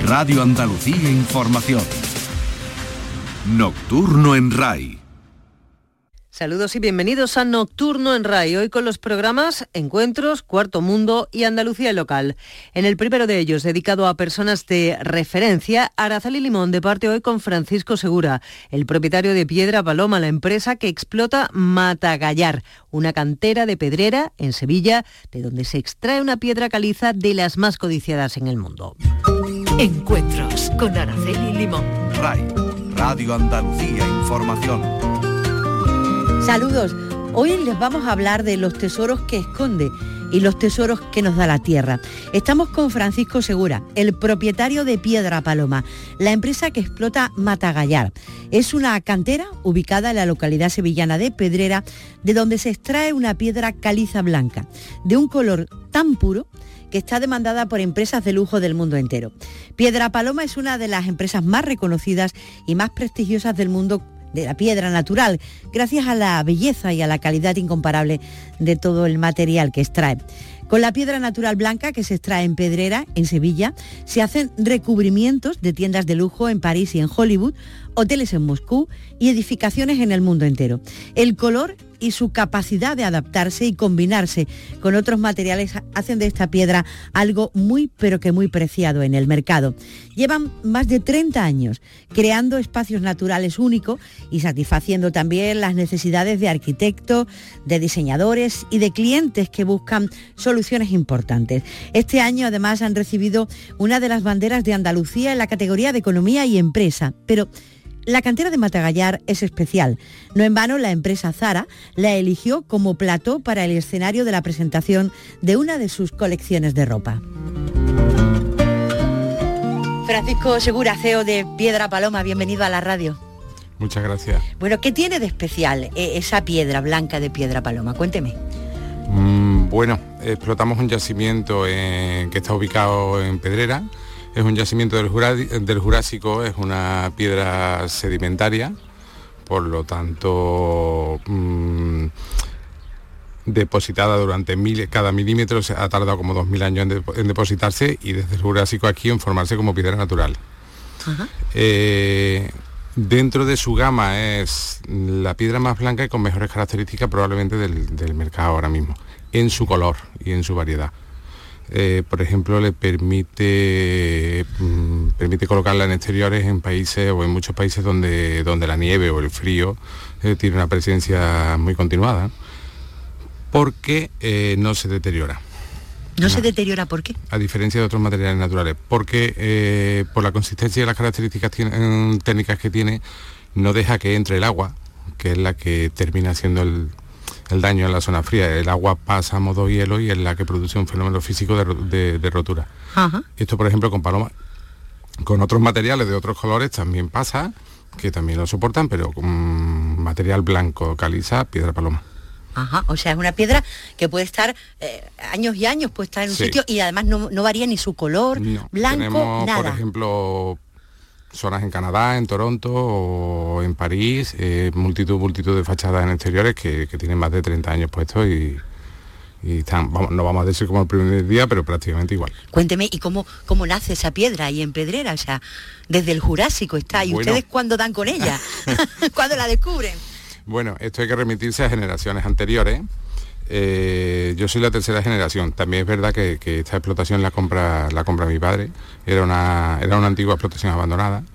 Radio Andalucía Información. Nocturno en RAI. Saludos y bienvenidos a Nocturno en RAI, hoy con los programas Encuentros, Cuarto Mundo y Andalucía Local. En el primero de ellos, dedicado a personas de referencia, Araceli Limón debate hoy con Francisco Segura, el propietario de Piedra Paloma, la empresa que explota Matagallar, una cantera de pedrera en Sevilla, de donde se extrae una piedra caliza de las más codiciadas en el mundo. Encuentros con Araceli Limón. RAI, Radio Andalucía Información. Saludos. Hoy les vamos a hablar de los tesoros que esconde y los tesoros que nos da la tierra. Estamos con Francisco Segura, el propietario de Piedra Paloma, la empresa que explota Matagallar. Es una cantera ubicada en la localidad sevillana de Pedrera, de donde se extrae una piedra caliza blanca, de un color tan puro que está demandada por empresas de lujo del mundo entero. Piedra Paloma es una de las empresas más reconocidas y más prestigiosas del mundo de la piedra natural, gracias a la belleza y a la calidad incomparable de todo el material que extrae. Con la piedra natural blanca que se extrae en Pedrera, en Sevilla, se hacen recubrimientos de tiendas de lujo en París y en Hollywood, hoteles en Moscú y edificaciones en el mundo entero. El color y su capacidad de adaptarse y combinarse con otros materiales hacen de esta piedra algo muy, pero que muy preciado en el mercado. Llevan más de 30 años creando espacios naturales únicos y satisfaciendo también las necesidades de arquitectos, de diseñadores y de clientes que buscan soluciones importantes. Este año además han recibido una de las banderas de Andalucía en la categoría de Economía y Empresa, pero la cantera de Matagallar es especial. No en vano la empresa Zara la eligió como plató para el escenario de la presentación de una de sus colecciones de ropa. Francisco Segura, CEO de Piedra Paloma, bienvenido a la radio. Muchas gracias. Bueno, ¿qué tiene de especial esa piedra blanca de Piedra Paloma? Cuénteme. Bueno, explotamos un yacimiento que está ubicado en Pedrera. Es un yacimiento del Jurásico, es una piedra sedimentaria, por lo tanto depositada durante cada milímetro, ha tardado como 2000 años en depositarse, y desde el Jurásico aquí en formarse como piedra natural. Dentro de su gama es la piedra más blanca y con mejores características probablemente del mercado ahora mismo, en su color y en su variedad. Por ejemplo, le permite colocarla en exteriores en países o en muchos países donde la nieve o el frío tiene una presencia muy continuada, porque no se deteriora. ¿No se deteriora por qué? A diferencia de otros materiales naturales, porque por la consistencia y las características técnicas que tiene, no deja que entre el agua, que es la que termina haciendo el daño en la zona fría. El agua pasa a modo hielo y es la que produce un fenómeno físico de rotura. Ajá. Esto, por ejemplo, con paloma, con otros materiales de otros colores también pasa, que también lo soportan, pero con material blanco, caliza, Piedra Paloma. Ajá, o sea, es una piedra que puede estar años y años, puede estar en un sitio y además no varía ni su color, blanco, tenemos, nada. Por ejemplo, zonas en Canadá, en Toronto o en París, multitud de fachadas en exteriores que tienen más de 30 años puestos y están, no vamos a decir como el primer día, pero prácticamente igual. Cuénteme, ¿y cómo nace esa piedra ahí en Pedrera? O sea, desde el Jurásico está, ¿y ustedes cuándo dan con ella? ¿Cuándo la descubren? Bueno, esto hay que remitirse a generaciones anteriores. Yo soy la tercera generación. También es verdad que esta explotación la compra mi padre. Era una antigua explotación abandonada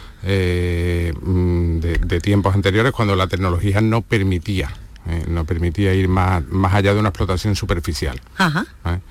de tiempos anteriores, cuando la tecnología no permitía ir más allá de una explotación superficial. Ajá.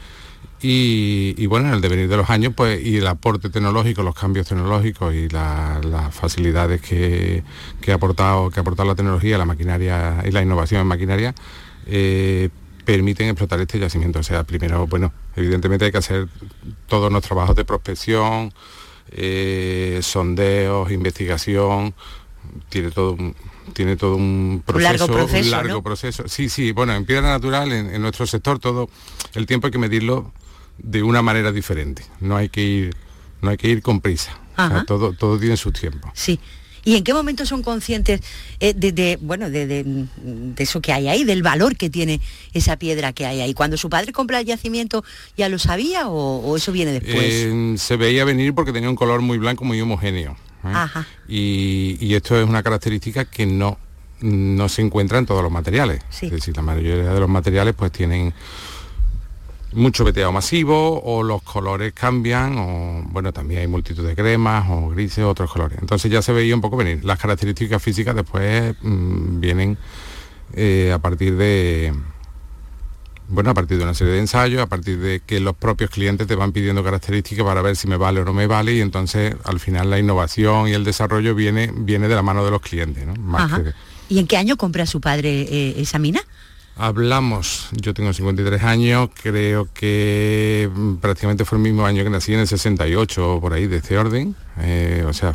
Y bueno, en el devenir de los años, pues, y el aporte tecnológico, los cambios tecnológicos y las facilidades que ha aportado la tecnología, la maquinaria y la innovación en maquinaria, permiten explotar este yacimiento. O sea, primero, bueno, evidentemente hay que hacer todos los trabajos de prospección, sondeos, investigación. Tiene todo un proceso, un largo proceso. Sí, bueno, en piedra natural, en nuestro sector, todo el tiempo hay que medirlo de una manera diferente. No hay que ir con prisa. O sea, todo tiene su tiempo. Sí. ¿Y en qué momento son conscientes de eso que hay ahí, del valor que tiene esa piedra que hay ahí? ¿Cuando su padre compra el yacimiento ya lo sabía o eso viene después? Se veía venir porque tenía un color muy blanco, muy homogéneo. Ajá. Y esto es una característica que no se encuentra en todos los materiales. Sí. Es decir, la mayoría de los materiales pues tienen mucho veteado masivo, o los colores cambian, o bueno, también hay multitud de cremas o grises, otros colores. Entonces ya se veía un poco venir. Las características físicas después vienen a partir de una serie de ensayos, a partir de que los propios clientes te van pidiendo características para ver si me vale o no me vale, y entonces al final la innovación y el desarrollo viene de la mano de los clientes, ¿no? ¿Y en qué año compra su padre esa mina? Yo tengo 53 años, creo que prácticamente fue el mismo año que nací, en el 68 o por ahí, de este orden, o sea,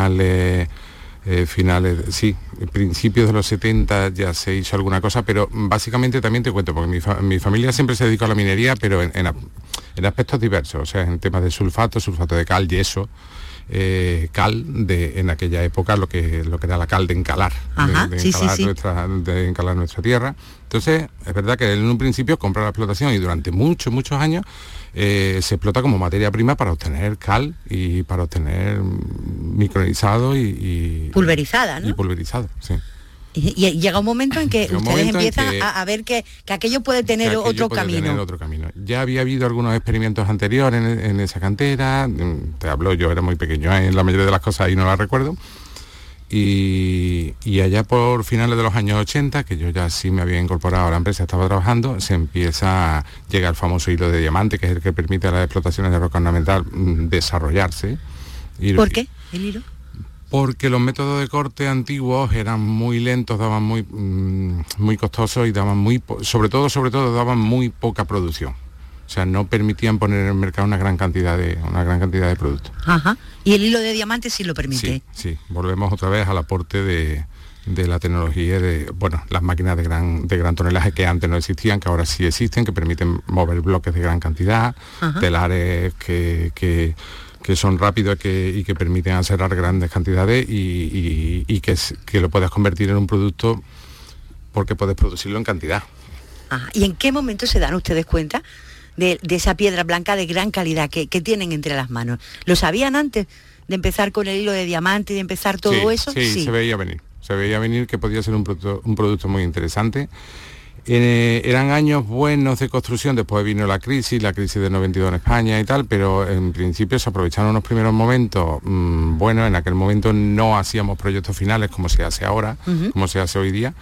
principios de los 70 ya se hizo alguna cosa, pero básicamente también te cuento, porque mi familia siempre se dedicó a la minería, pero en aspectos diversos, o sea, en temas de sulfato de cal, yeso, en aquella época lo que era la cal de encalar, de encalar nuestra tierra. Entonces es verdad que en un principio compra la explotación, y durante muchos años se explota como materia prima para obtener cal y para obtener micronizado y pulverizada, ¿no? Y pulverizado, sí. Y llega un momento en que ustedes empiezan a ver que aquello puede tener otro camino. Ya había habido algunos experimentos anteriores en esa cantera, te hablo, yo era muy pequeño, en la mayoría de las cosas ahí no las recuerdo, y allá por finales de los años 80, que yo ya sí me había incorporado a la empresa, estaba trabajando, se empieza a llegar el famoso hilo de diamante, que es el que permite a las explotaciones de roca ornamental desarrollarse. ¿Por qué el hilo? Porque los métodos de corte antiguos eran muy lentos, daban muy costosos y daban sobre todo daban muy poca producción. O sea, no permitían poner en el mercado una gran cantidad de productos. Ajá. ¿Y el hilo de diamante sí lo permite? Sí. Volvemos otra vez al aporte de la tecnología las máquinas de gran tonelaje, que antes no existían, que ahora sí existen, que permiten mover bloques de gran cantidad, telares que son rápidos y que permiten aserrar grandes cantidades y que lo puedes convertir en un producto porque puedes producirlo en cantidad. ¿Y en qué momento se dan ustedes cuenta de esa piedra blanca de gran calidad que tienen entre las manos? ¿Lo sabían antes de empezar con el hilo de diamante y de empezar todo eso? Sí, se veía venir que podía ser un producto muy interesante. Eran años buenos de construcción, después vino la crisis del 92 en España y tal, pero en principio se aprovecharon unos primeros momentos buenos. En aquel momento no hacíamos proyectos finales como se hace ahora, como se hace hoy día,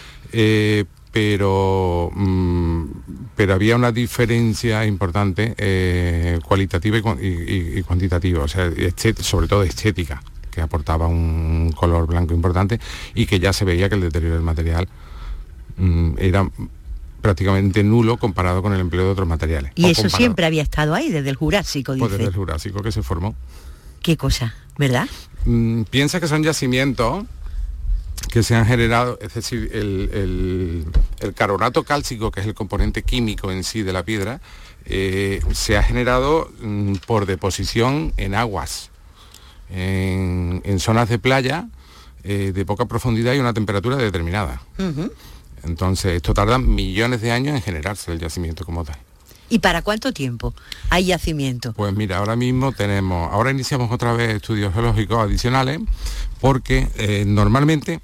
pero había una diferencia importante cualitativa y cuantitativa, o sea, sobre todo estética, que aportaba un color blanco importante, y que ya se veía que el deterioro del material era prácticamente nulo comparado con el empleo de otros materiales. Y eso siempre había estado ahí, desde el Jurásico, dice. Pues desde el Jurásico que se formó. ¿Qué cosa? ¿Verdad? Piensa que son yacimientos que se han generado, es decir, el carbonato cálcico, que es el componente químico en sí de la piedra, se ha generado por deposición en aguas, en zonas de playa de poca profundidad y una temperatura determinada. Entonces esto tarda millones de años en generarse el yacimiento como tal. ¿Y para cuánto tiempo hay yacimiento? Pues mira, ahora iniciamos otra vez estudios geológicos adicionales, porque normalmente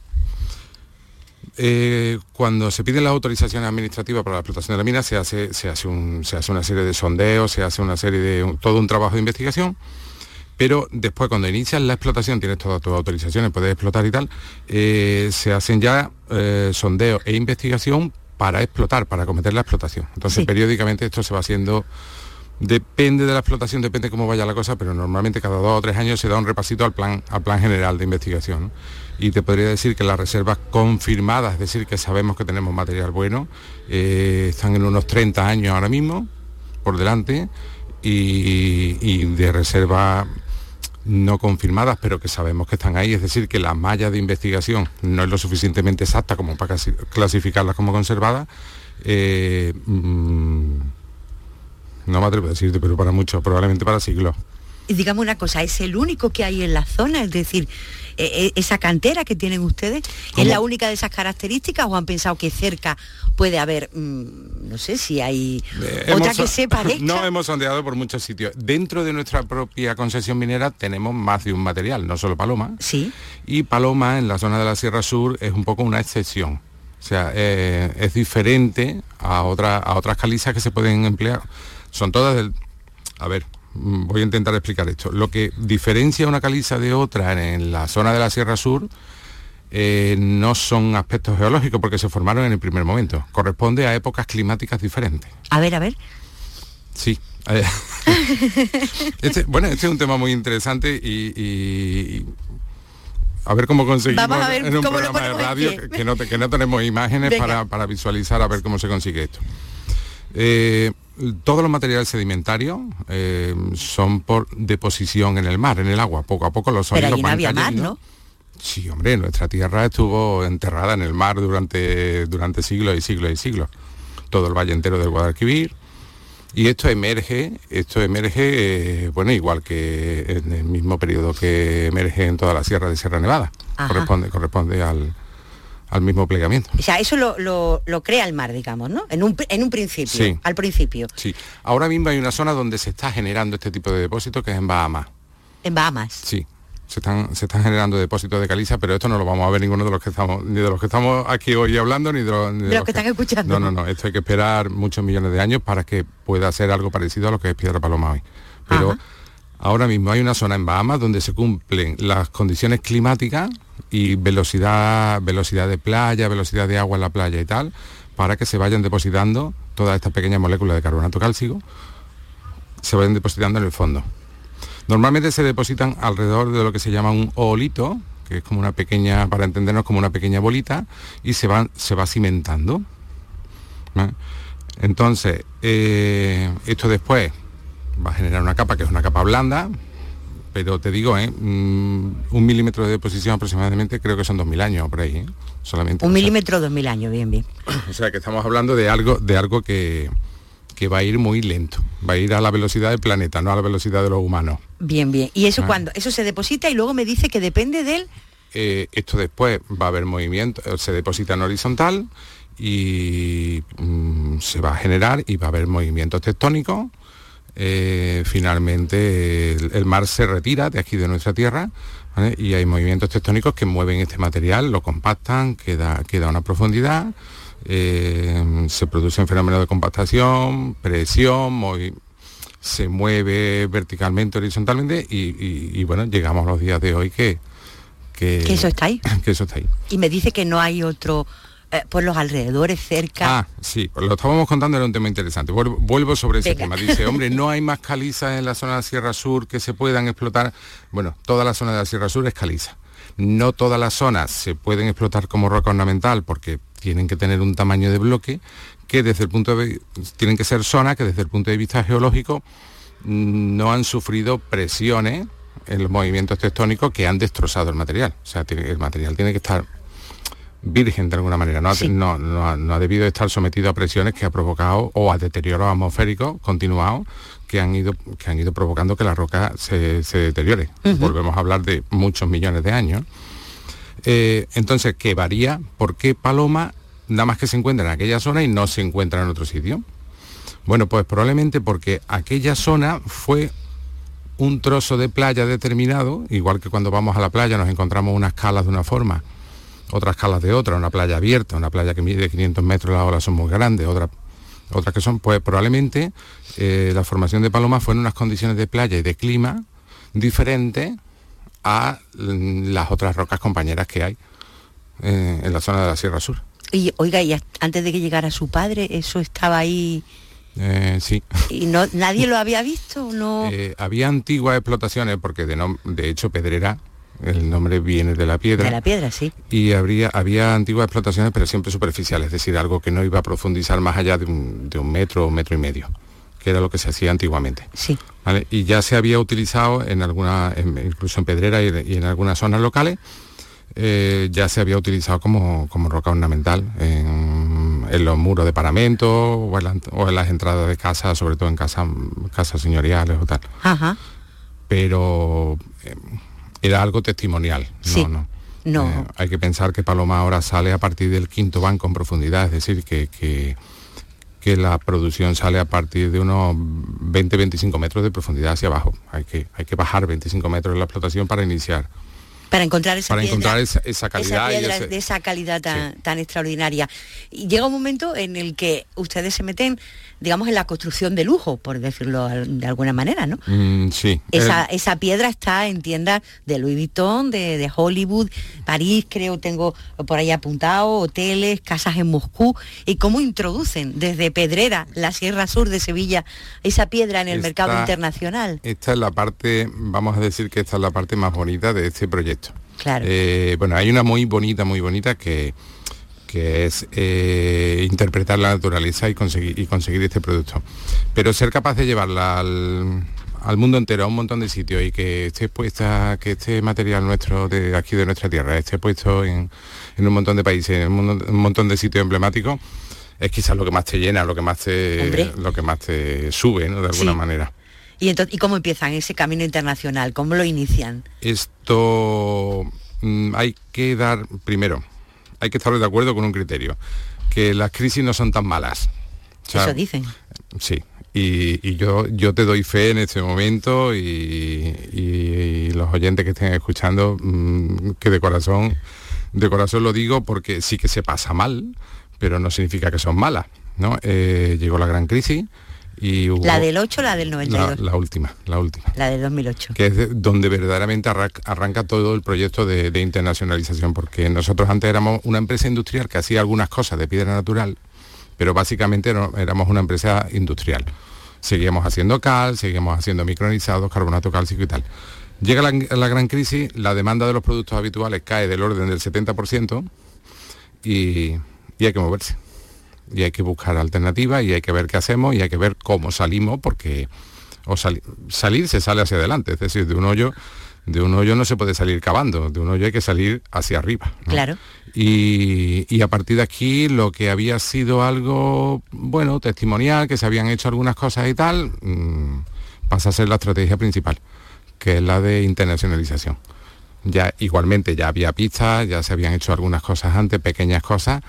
cuando se piden las autorizaciones administrativas para la explotación de la mina se hace una serie de sondeos, se hace todo un trabajo de investigación. Pero después, cuando inicias la explotación, tienes todas tus autorizaciones, puedes explotar y tal, se hacen ya sondeos e investigación para explotar, para acometer la explotación. Entonces, periódicamente esto se va haciendo, depende de la explotación, depende cómo vaya la cosa, pero normalmente cada 2 o 3 años se da un repasito al plan general de investigación, ¿no? Y te podría decir que las reservas confirmadas, es decir, que sabemos que tenemos material bueno, están en unos 30 años ahora mismo, por delante, y de reserva no confirmadas, pero que sabemos que están ahí, es decir, que la malla de investigación no es lo suficientemente exacta como para clasificarlas como conservadas. No me atrevo a decirte, pero para mucho, probablemente para siglos. Y dígame una cosa, ¿es el único que hay en la zona? Es decir, esa cantera que tienen ustedes, ¿es la única de esas características o han pensado que cerca puede haber, no sé si hay otra que se parezca? No, hemos sondeado por muchos sitios. Dentro de nuestra propia concesión minera tenemos más de un material, no solo Paloma. Sí. Y Paloma, en la zona de la Sierra Sur, es un poco una excepción. O sea, es diferente a otras calizas que se pueden emplear. Son todas del... A ver, voy a intentar explicar esto. Lo que diferencia una caliza de otra en la zona de la Sierra Sur no son aspectos geológicos porque se formaron en el primer momento. Corresponde a épocas climáticas diferentes. A ver. Sí. Este es un tema muy interesante y a ver cómo conseguimos en un programa de radio que no tenemos imágenes para visualizar a ver cómo se consigue esto. Todos los materiales sedimentarios son por deposición en el mar, en el agua. Poco a poco los sólidos van cayendo. Mar, ¿no? Sí, hombre, nuestra tierra estuvo enterrada en el mar durante siglos y siglos y siglos. Todo el valle entero del Guadalquivir. Y esto emerge, igual que en el mismo periodo que emerge en toda la sierra de Sierra Nevada. Corresponde al mismo plegamiento. O sea, eso lo crea el mar, digamos, ¿no? En un principio, sí. Al principio. Sí. Ahora mismo hay una zona donde se está generando este tipo de depósitos, que es en Bahamas. ¿En Bahamas? Sí. Se están generando depósitos de caliza, pero esto no lo vamos a ver ninguno de los que estamos, ni de los que estamos aquí hoy hablando, ni de los que están escuchando. No, esto hay que esperar muchos millones de años para que pueda ser algo parecido a lo que es Piedra Paloma hoy. Pero ahora mismo hay una zona en Bahamas donde se cumplen las condiciones climáticas y velocidad de playa, velocidad de agua en la playa y tal, para que se vayan depositando todas estas pequeñas moléculas de carbonato cálcico, se vayan depositando en el fondo. Normalmente se depositan alrededor de lo que se llama un oolito, que es como una pequeña, para entendernos, como una pequeña bolita, y se va cimentando. ¿Vale? Entonces, esto después va a generar una capa que es una capa blanda, pero te digo, 1 milímetro de deposición aproximadamente, creo que son 2000 años por ahí, solamente. 1 milímetro, 2000 años, bien. O sea que estamos hablando de algo que va a ir muy lento, va a ir a la velocidad del planeta, no a la velocidad de los humanos. Bien. ¿Y eso cuándo? Eso se deposita y luego me dice que depende del... Esto después va a haber movimiento, se deposita en horizontal y se va a generar y va a haber movimientos tectónicos. Finalmente el mar se retira de aquí de nuestra tierra, ¿vale? Y hay movimientos tectónicos que mueven este material, lo compactan, queda a una profundidad. Se producen fenómenos de compactación, presión, se mueve verticalmente, horizontalmente y bueno, llegamos a los días de hoy que eso está ahí. Que eso está ahí. Y me dice que no hay otro por los alrededores, cerca. Sí, lo estábamos contando, era un tema interesante. Vuelvo sobre ese tema. Dice, hombre, no hay más calizas en la zona de la Sierra Sur que se puedan explotar. Bueno, toda la zona de la Sierra Sur es caliza. No todas las zonas se pueden explotar como roca ornamental porque tienen que tener un tamaño de bloque que tienen que ser zonas que desde el punto de vista geológico no han sufrido presiones en los movimientos tectónicos que han destrozado el material. O sea, el material tiene que estar virgen de alguna manera, no ha debido estar sometido a presiones que ha provocado o a deterioros atmosféricos continuados que han ido provocando que la roca se deteriore. Volvemos a hablar de muchos millones de años. Entonces, ¿qué varía? ¿Por qué Paloma nada más que se encuentra en aquella zona y no se encuentra en otro sitio? Bueno, pues probablemente porque aquella zona fue un trozo de playa determinado, igual que cuando vamos a la playa nos encontramos unas calas de una forma, otras calas de otra, una playa abierta, una playa que mide 500 metros, las olas son muy grandes, otras que son, pues probablemente la formación de Paloma fue en unas condiciones de playa y de clima diferentes a las otras rocas compañeras que hay en la zona de la Sierra Sur. Y oiga, y antes de que llegara su padre, ¿eso estaba ahí? Sí. ¿Y nadie lo había visto? ¿No? Había antiguas explotaciones, porque de hecho Pedrera, el nombre viene de la piedra. De la piedra, sí. Y había antiguas explotaciones, pero siempre superficiales, es decir, algo que no iba a profundizar más allá de un metro o metro y medio, que era lo que se hacía antiguamente. Sí. ¿Vale? Y ya se había utilizado incluso en Pedrera y en algunas zonas locales, ya se había utilizado como roca ornamental en los muros de paramento o en las entradas de casas, sobre todo en casas señoriales o tal. Ajá. pero era algo testimonial. Sí. No. Hay que pensar que Paloma ahora sale a partir del 5º banco en profundidad, es decir, que la producción sale a partir de unos 20-25 metros de profundidad hacia abajo. Hay que bajar 25 metros en la explotación para iniciar. Para encontrar esa calidad. De esa calidad tan extraordinaria. Y llega un momento en el que ustedes se meten, digamos, en la construcción de lujo, por decirlo de alguna manera, ¿no? Sí. Esa piedra está en tiendas de Louis Vuitton, de Hollywood, París, creo, tengo por ahí apuntado, hoteles, casas en Moscú. ¿Y cómo introducen desde Pedrera, la Sierra Sur de Sevilla, esa piedra en el mercado internacional? Esta es la parte, vamos a decir que esta es la parte más bonita de este proyecto. Claro. Bueno, hay una muy bonita que es interpretar la naturaleza y conseguir este producto. Pero ser capaz de llevarla al mundo entero, a un montón de sitios, y que esté puesta, que este material nuestro de aquí de nuestra tierra esté puesto en un montón de países, en un montón de sitios emblemáticos, es quizás lo que más te llena, lo que más te sube, ¿no? De alguna manera. ¿Y cómo empiezan ese camino internacional? ¿Cómo lo inician? Esto hay que estar de acuerdo con un criterio, que las crisis no son tan malas. O sea, eso dicen. Sí, y yo te doy fe en este momento y los oyentes que estén escuchando, que de corazón lo digo, porque sí que se pasa mal, pero no significa que son malas, ¿no? Llegó la gran crisis. Y hubo ¿La del 8 o la del 92? La última. La del 2008. Que es donde verdaderamente arranca todo el proyecto de internacionalización, porque nosotros antes éramos una empresa industrial que hacía algunas cosas de piedra natural, pero básicamente éramos una empresa industrial. Seguíamos haciendo cal, seguíamos haciendo micronizados, carbonato cálcico y tal. Llega la gran crisis, la demanda de los productos habituales cae del orden del 70% y hay que moverse. Y hay que buscar alternativas y hay que ver qué hacemos y hay que ver cómo salimos, porque salir se sale hacia adelante, es decir, de un hoyo no se puede salir cavando, de un hoyo hay que salir hacia arriba, ¿no? Claro. Y a partir de aquí lo que había sido algo, bueno, testimonial, que se habían hecho algunas cosas y tal, pasa a ser la estrategia principal, que es la de internacionalización. Ya igualmente ya había pistas, ya se habían hecho algunas cosas antes, pequeñas cosas,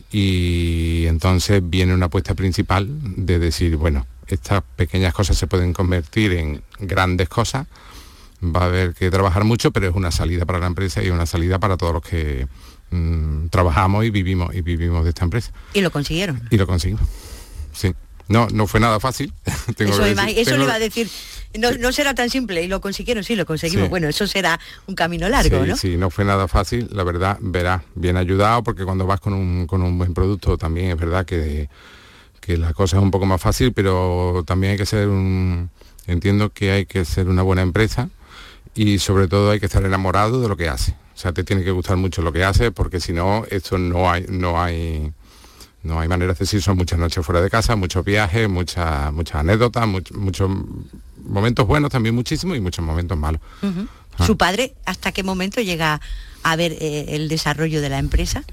y entonces viene una apuesta principal de decir, bueno, estas pequeñas cosas se pueden convertir en grandes cosas, va a haber que trabajar mucho, pero es una salida para la empresa y una salida para todos los que trabajamos y vivimos de esta empresa. ¿Y lo consiguieron? Y lo conseguimos, sí. No fue nada fácil. Eso le iba a decir. No será tan simple, y lo consiguieron, sí, lo conseguimos. Sí. Bueno, eso será un camino largo, ¿no? Sí, no fue nada fácil, la verdad, verás, bien ayudado, porque cuando vas con un buen producto también es verdad que la cosa es un poco más fácil, pero también hay que ser entiendo que hay que ser una buena empresa y sobre todo hay que estar enamorado de lo que hace. O sea, te tiene que gustar mucho lo que hace, porque si no, esto no hay manera de decir, son muchas noches fuera de casa, muchos viajes, muchas anécdotas, muchos momentos buenos también muchísimos y muchos momentos malos. Uh-huh. ¿Su padre hasta qué momento llega a ver el desarrollo de la empresa?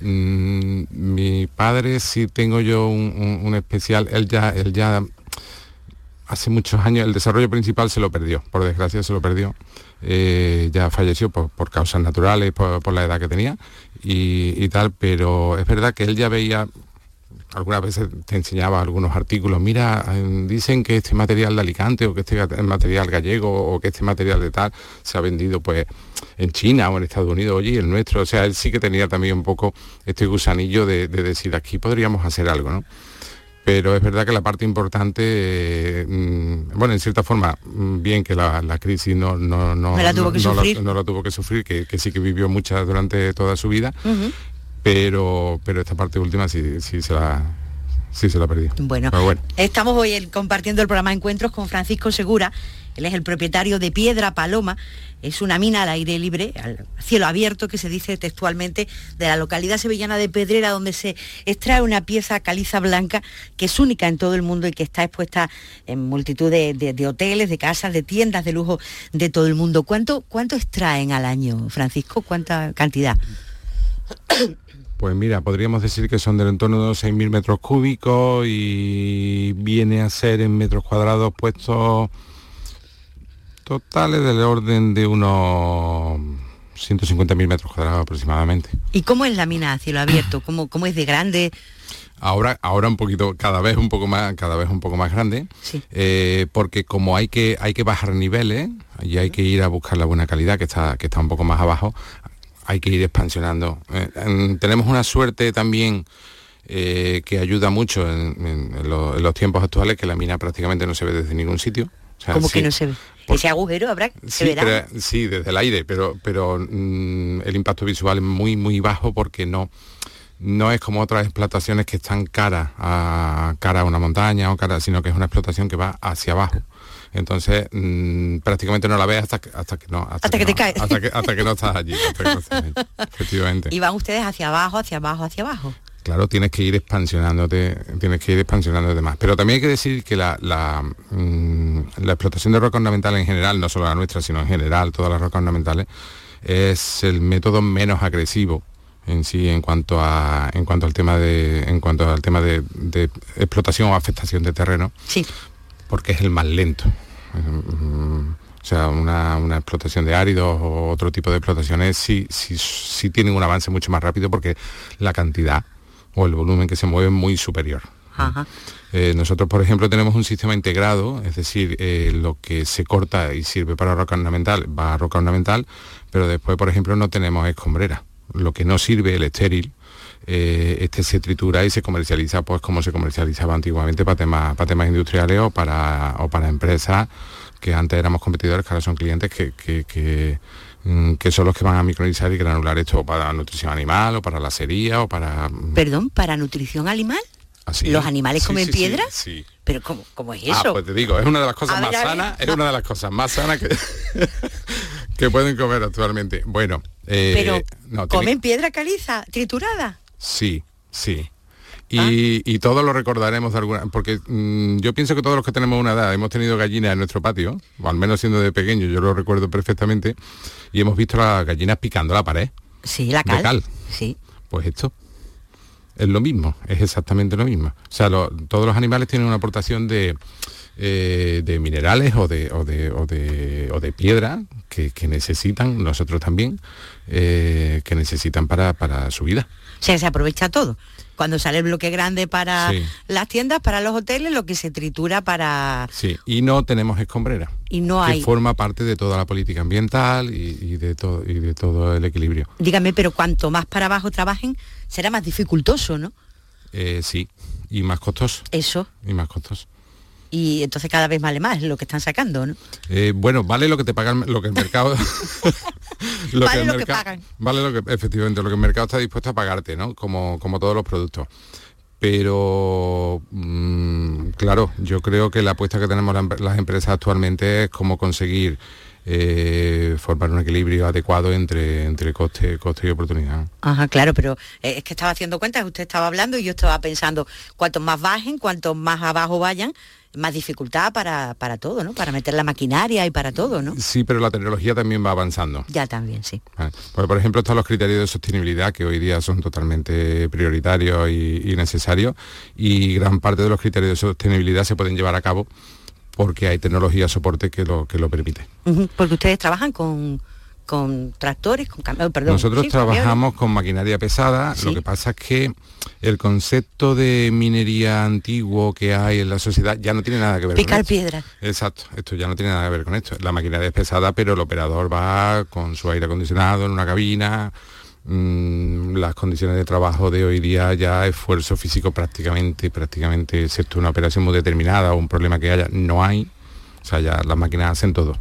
Mi padre sí tengo yo un especial, él ya hace muchos años, el desarrollo principal se lo perdió, por desgracia se lo perdió. Ya falleció por causas naturales, por la edad que tenía y tal, pero es verdad que él ya veía, algunas veces te enseñaba algunos artículos, mira, dicen que este material de Alicante o que este material gallego o que este material de tal se ha vendido pues en China o en Estados Unidos, oye, el nuestro, o sea, él sí que tenía también un poco este gusanillo de decir, aquí podríamos hacer algo, ¿no? Pero es verdad que la parte importante, bueno, en cierta forma, bien que la crisis no la tuvo que sufrir, que sí que vivió muchas durante toda su vida, uh-huh. Pero esta parte última sí se la perdió. Bueno, estamos hoy compartiendo el programa Encuentros con Francisco Segura. Él es el propietario de Piedra Paloma. Es una mina al aire libre, al cielo abierto, que se dice textualmente, de la localidad sevillana de Pedrera, donde se extrae una pieza caliza blanca que es única en todo el mundo y que está expuesta en multitud de hoteles, de casas, de tiendas de lujo de todo el mundo. ¿Cuánto extraen al año, Francisco? ¿Cuánta cantidad? Pues mira, podríamos decir que son del entorno de unos 6.000 metros cúbicos y viene a ser en metros cuadrados puestos Total es del orden de unos 150.000 metros cuadrados aproximadamente. ¿Y cómo es la mina a cielo abierto? ¿Cómo es de grande? Ahora un poquito, cada vez un poco más grande, sí. Porque como hay que bajar niveles y hay que ir a buscar la buena calidad que está un poco más abajo, hay que ir expansionando. Tenemos una suerte también que ayuda mucho en los tiempos actuales, que la mina prácticamente no se ve desde ningún sitio. O sea, ¿Cómo sí, que no se ve? Ese agujero habrá, se verá. Sí, desde el aire, pero el impacto visual es muy, muy bajo porque no es como otras explotaciones que están cara a una montaña sino que es una explotación que va hacia abajo. Entonces prácticamente no la ves hasta que te caes. Hasta que no estás allí, efectivamente. Y van ustedes hacia abajo, hacia abajo, hacia abajo. Claro, tienes que ir expansionándote más. Pero también hay que decir que la explotación de roca ornamental en general, no solo la nuestra, sino en general todas las rocas ornamentales, es el método menos agresivo en sí en cuanto al tema de explotación o afectación de terreno. Sí. Porque es el más lento. O sea, una explotación de áridos o otro tipo de explotaciones sí tienen un avance mucho más rápido porque la cantidad o el volumen que se mueve es muy superior. Ajá. Nosotros, por ejemplo, tenemos un sistema integrado, es decir, lo que se corta y sirve para roca ornamental va a roca ornamental, pero después, por ejemplo, no tenemos escombrera. Lo que no sirve, el estéril, se tritura y se comercializa pues como se comercializaba antiguamente para temas industriales o para empresas que antes éramos competidores, que ahora son clientes que son los que van a micronizar y granular esto para nutrición animal o para lacería o para... ¿Perdón? ¿Para nutrición animal? ¿Así? ¿Los animales comen piedra? Sí. ¿Pero cómo es eso? Pues te digo, es una de las cosas más sanas, es una de las cosas más sanas que pueden comer actualmente. Bueno, pero ¿comen piedra caliza, triturada? Sí. Y todos lo recordaremos de alguna... Porque yo pienso que todos los que tenemos una edad hemos tenido gallinas en nuestro patio, o al menos siendo de pequeño, yo lo recuerdo perfectamente, y hemos visto las gallinas picando la pared. Sí, la cal. De cal. Sí. Pues esto es lo mismo, es exactamente lo mismo. O sea, todos los animales tienen una aportación de minerales o de piedra que necesitan, nosotros también, que necesitan para su vida. O sea, se aprovecha todo. Cuando sale el bloque grande para las tiendas, para los hoteles, lo que se tritura para... Sí, y no tenemos escombrera. Y no hay... Que forma parte de toda la política ambiental y de todo el equilibrio. Dígame, pero cuanto más para abajo trabajen, será más dificultoso, ¿no? Sí, y más costoso. Eso. Y más costoso. Y entonces cada vez vale más lo que están sacando, ¿no? Bueno, vale lo que te pagan, lo que el mercado... Vale lo que pagan. Vale efectivamente, lo que el mercado está dispuesto a pagarte, ¿no? Como todos los productos. Pero, claro, yo creo que la apuesta que tenemos las empresas actualmente es cómo conseguir formar un equilibrio adecuado entre coste y oportunidad. Ajá, claro, pero es que estaba haciendo cuentas, usted estaba hablando y yo estaba pensando, cuanto más bajen, cuanto más abajo vayan, más dificultad para todo, ¿no? Para meter la maquinaria y para todo, ¿no? Sí, pero la tecnología también va avanzando. Ya también, sí. Porque, por ejemplo, están los criterios de sostenibilidad, que hoy día son totalmente prioritarios y necesarios, y gran parte de los criterios de sostenibilidad se pueden llevar a cabo porque hay tecnología soporte que lo permite. Porque ustedes trabajan con tractores, con camiones, perdón. Nosotros trabajamos con maquinaria pesada, ¿sí? Lo que pasa es que el concepto de minería antiguo que hay en la sociedad ya no tiene nada que ver con esto. Picar piedra. Exacto, esto ya no tiene nada que ver con esto. La maquinaria es pesada, pero el operador va con su aire acondicionado en una cabina. Las condiciones de trabajo de hoy día, ya esfuerzo físico prácticamente, excepto una operación muy determinada o un problema que haya, no hay. O sea, ya las máquinas hacen todo.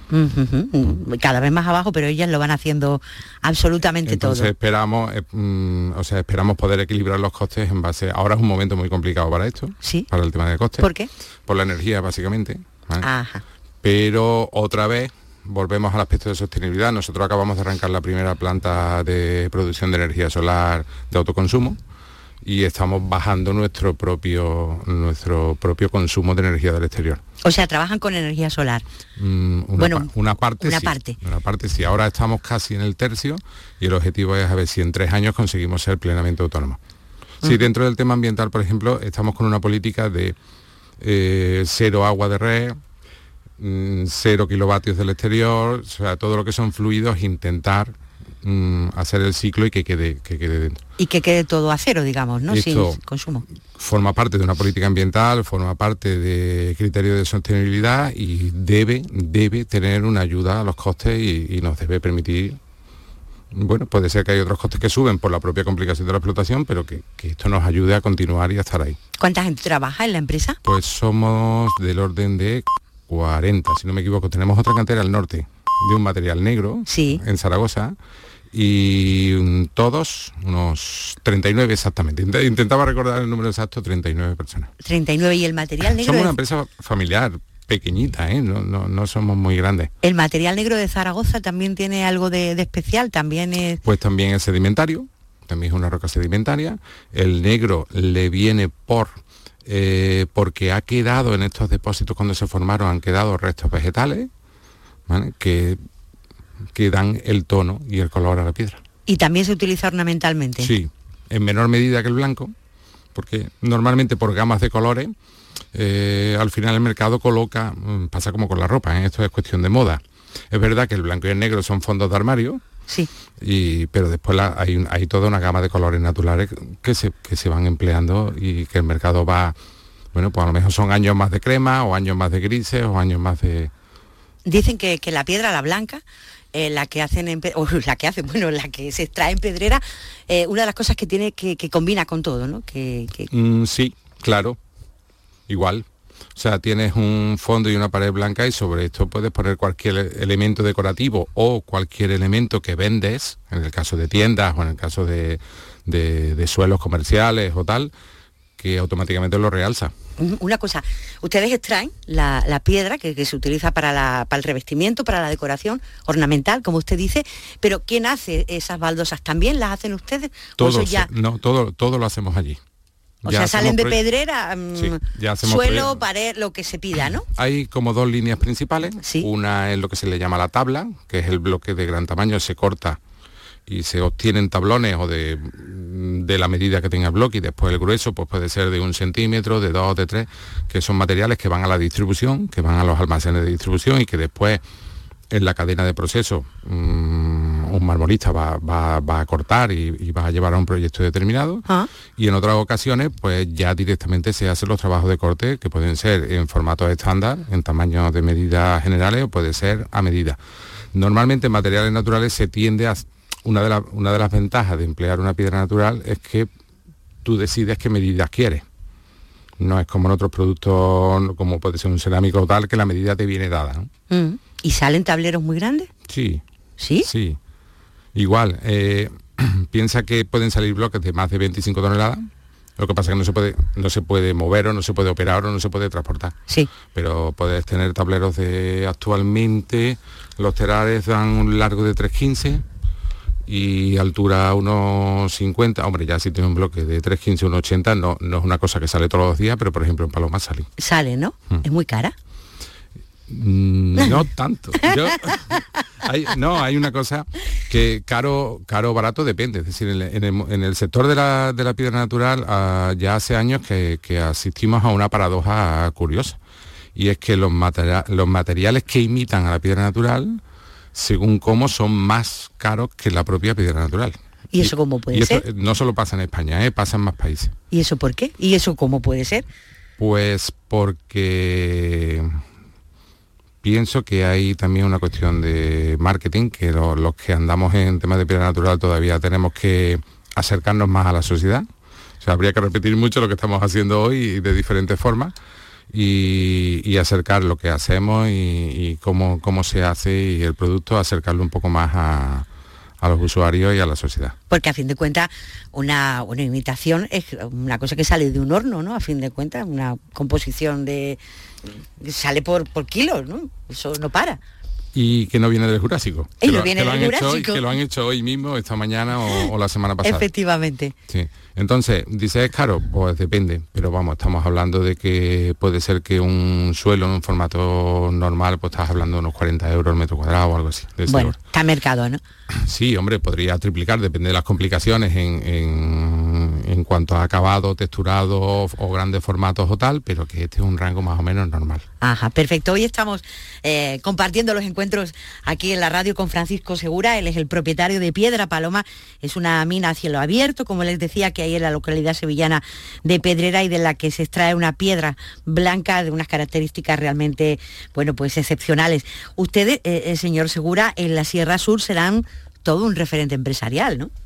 Cada vez más abajo, pero ellas lo van haciendo absolutamente Entonces, todo. Esperamos poder equilibrar los costes en base... Ahora es un momento muy complicado para esto, ¿sí? Para el tema de costes. ¿Por qué? Por la energía, básicamente, ¿vale? Ajá. Pero otra vez volvemos al aspecto de sostenibilidad. Nosotros acabamos de arrancar la primera planta de producción de energía solar de autoconsumo y estamos bajando nuestro propio consumo de energía del exterior. O sea, trabajan con energía solar. Una parte. Sí. Ahora estamos casi en el tercio y el objetivo es a ver si en 3 años conseguimos ser plenamente autónomos. Sí, dentro del tema ambiental, por ejemplo, estamos con una política de 0 agua de red, 0 kilovatios del exterior, o sea, todo lo que son fluidos, intentar hacer el ciclo y que quede dentro. Y que quede todo a cero, digamos, ¿no? Esto sin consumo. Forma parte de una política ambiental, forma parte de criterios de sostenibilidad y debe tener una ayuda a los costes y nos debe permitir, bueno, puede ser que hay otros costes que suben por la propia complicación de la explotación, pero que esto nos ayude a continuar y a estar ahí. ¿Cuánta gente trabaja en la empresa? Pues somos del orden de 40, si no me equivoco. Tenemos otra cantera al norte de un material negro, sí, en Zaragoza, y todos unos 39 exactamente. Intentaba recordar el número exacto, 39 personas. 39, y el material negro... Somos una empresa familiar, pequeñita, no somos muy grandes. ¿El material negro de Zaragoza también tiene algo de especial? ¿También es...? Pues también es sedimentario, también es una roca sedimentaria. El negro le viene porque ha quedado en estos depósitos, cuando se formaron, han quedado restos vegetales, ¿vale?, que dan el tono y el color a la piedra. ¿Y también se utiliza ornamentalmente? Sí, en menor medida que el blanco, porque normalmente por gamas de colores, al final el mercado coloca, pasa como con la ropa, esto es cuestión de moda. Es verdad que el blanco y el negro son fondos de armario, sí, pero después hay toda una gama de colores naturales que se van empleando y que el mercado va, bueno, pues a lo mejor son años más de crema o años más de grises o años más de... Dicen que la piedra, la blanca, la que se extrae en Pedrera, una de las cosas que tiene que combina con todo, ¿no? Sí, claro, igual. O sea, tienes un fondo y una pared blanca y sobre esto puedes poner cualquier elemento decorativo o cualquier elemento que vendes, en el caso de tiendas o en el caso de suelos comerciales o tal, que automáticamente lo realza. Una cosa, ustedes extraen la piedra que se utiliza para el revestimiento, para la decoración ornamental, como usted dice, pero ¿quién hace esas baldosas? ¿También las hacen ustedes? Todo lo hacemos allí. O sea, salen de Pedrera, sí, suelo, pared, lo que se pida, ¿no? Hay como dos líneas principales. Sí. Una es lo que se le llama la tabla, que es el bloque de gran tamaño, se corta y se obtienen tablones o de la medida que tenga el bloque, y después el grueso pues puede ser de 1 centímetro, de 2, de 3, que son materiales que van a la distribución, que van a los almacenes de distribución y que después en la cadena de proceso un marmolista va a cortar y va a llevar a un proyecto determinado. Y en otras ocasiones pues ya directamente se hacen los trabajos de corte, que pueden ser en formatos estándar, en tamaños de medidas generales, o puede ser a medida. Normalmente en materiales naturales se tiende a... Una de las ventajas de emplear una piedra natural es que tú decides qué medidas quieres. No es como en otros productos, como puede ser un cerámico o tal, que la medida te viene dada, ¿no? ¿Y salen tableros muy grandes? Sí. ¿Sí? Sí. Igual, piensa que pueden salir bloques de más de 25 toneladas. Lo que pasa es que no se puede mover o no se puede operar o no se puede transportar. Sí. Pero puedes tener tableros actualmente, los telares dan un largo de 3,15 y altura unos 50. Hombre, ya si tiene un bloque de 3,15, 1,80, no es una cosa que sale todos los días, pero por ejemplo en Paloma sale. Sale, ¿no? ¿Es muy cara? No tanto. Hay una cosa que caro barato depende. Es decir, en el sector de la piedra natural ya hace años que asistimos a una paradoja curiosa, y es que los materiales que imitan a la piedra natural, según cómo, son más caros que la propia piedra natural. ¿Y eso cómo puede ser? No solo pasa en España, pasa en más países. ¿Y eso por qué? ¿Y eso cómo puede ser? Pues porque pienso que hay también una cuestión de marketing, que los que andamos en temas de piedra natural todavía tenemos que acercarnos más a la sociedad. O sea, habría que repetir mucho lo que estamos haciendo hoy de diferentes formas, y acercar lo que hacemos y cómo se hace, y el producto, acercarlo un poco más a los usuarios y a la sociedad. Porque a fin de cuentas una imitación es una cosa que sale de un horno, ¿no? A fin de cuentas una composición sale por kilos, ¿no? Eso no para. Y que no viene del Jurásico. Y no viene del Jurásico. Que lo han hecho hoy mismo, esta mañana o la semana pasada. Efectivamente. Sí. Entonces, dice, ¿es caro? Pues depende, pero vamos, estamos hablando de que puede ser que un suelo en un formato normal, pues estás hablando de unos 40 euros el metro cuadrado o algo así. Bueno, está mercado, ¿no? Sí, hombre, podría triplicar, depende de las complicaciones en en cuanto a acabado, texturado o grandes formatos o tal, pero que este es un rango más o menos normal. Ajá, perfecto. Hoy estamos compartiendo los encuentros aquí en la radio con Francisco Segura. Él es el propietario de Piedra Paloma. Es una mina a cielo abierto, como les decía, que hay en la localidad sevillana de Pedrera, y de la que se extrae una piedra blanca de unas características realmente, bueno, pues excepcionales. Ustedes, señor Segura, en la Sierra Sur serán todo un referente empresarial, ¿no?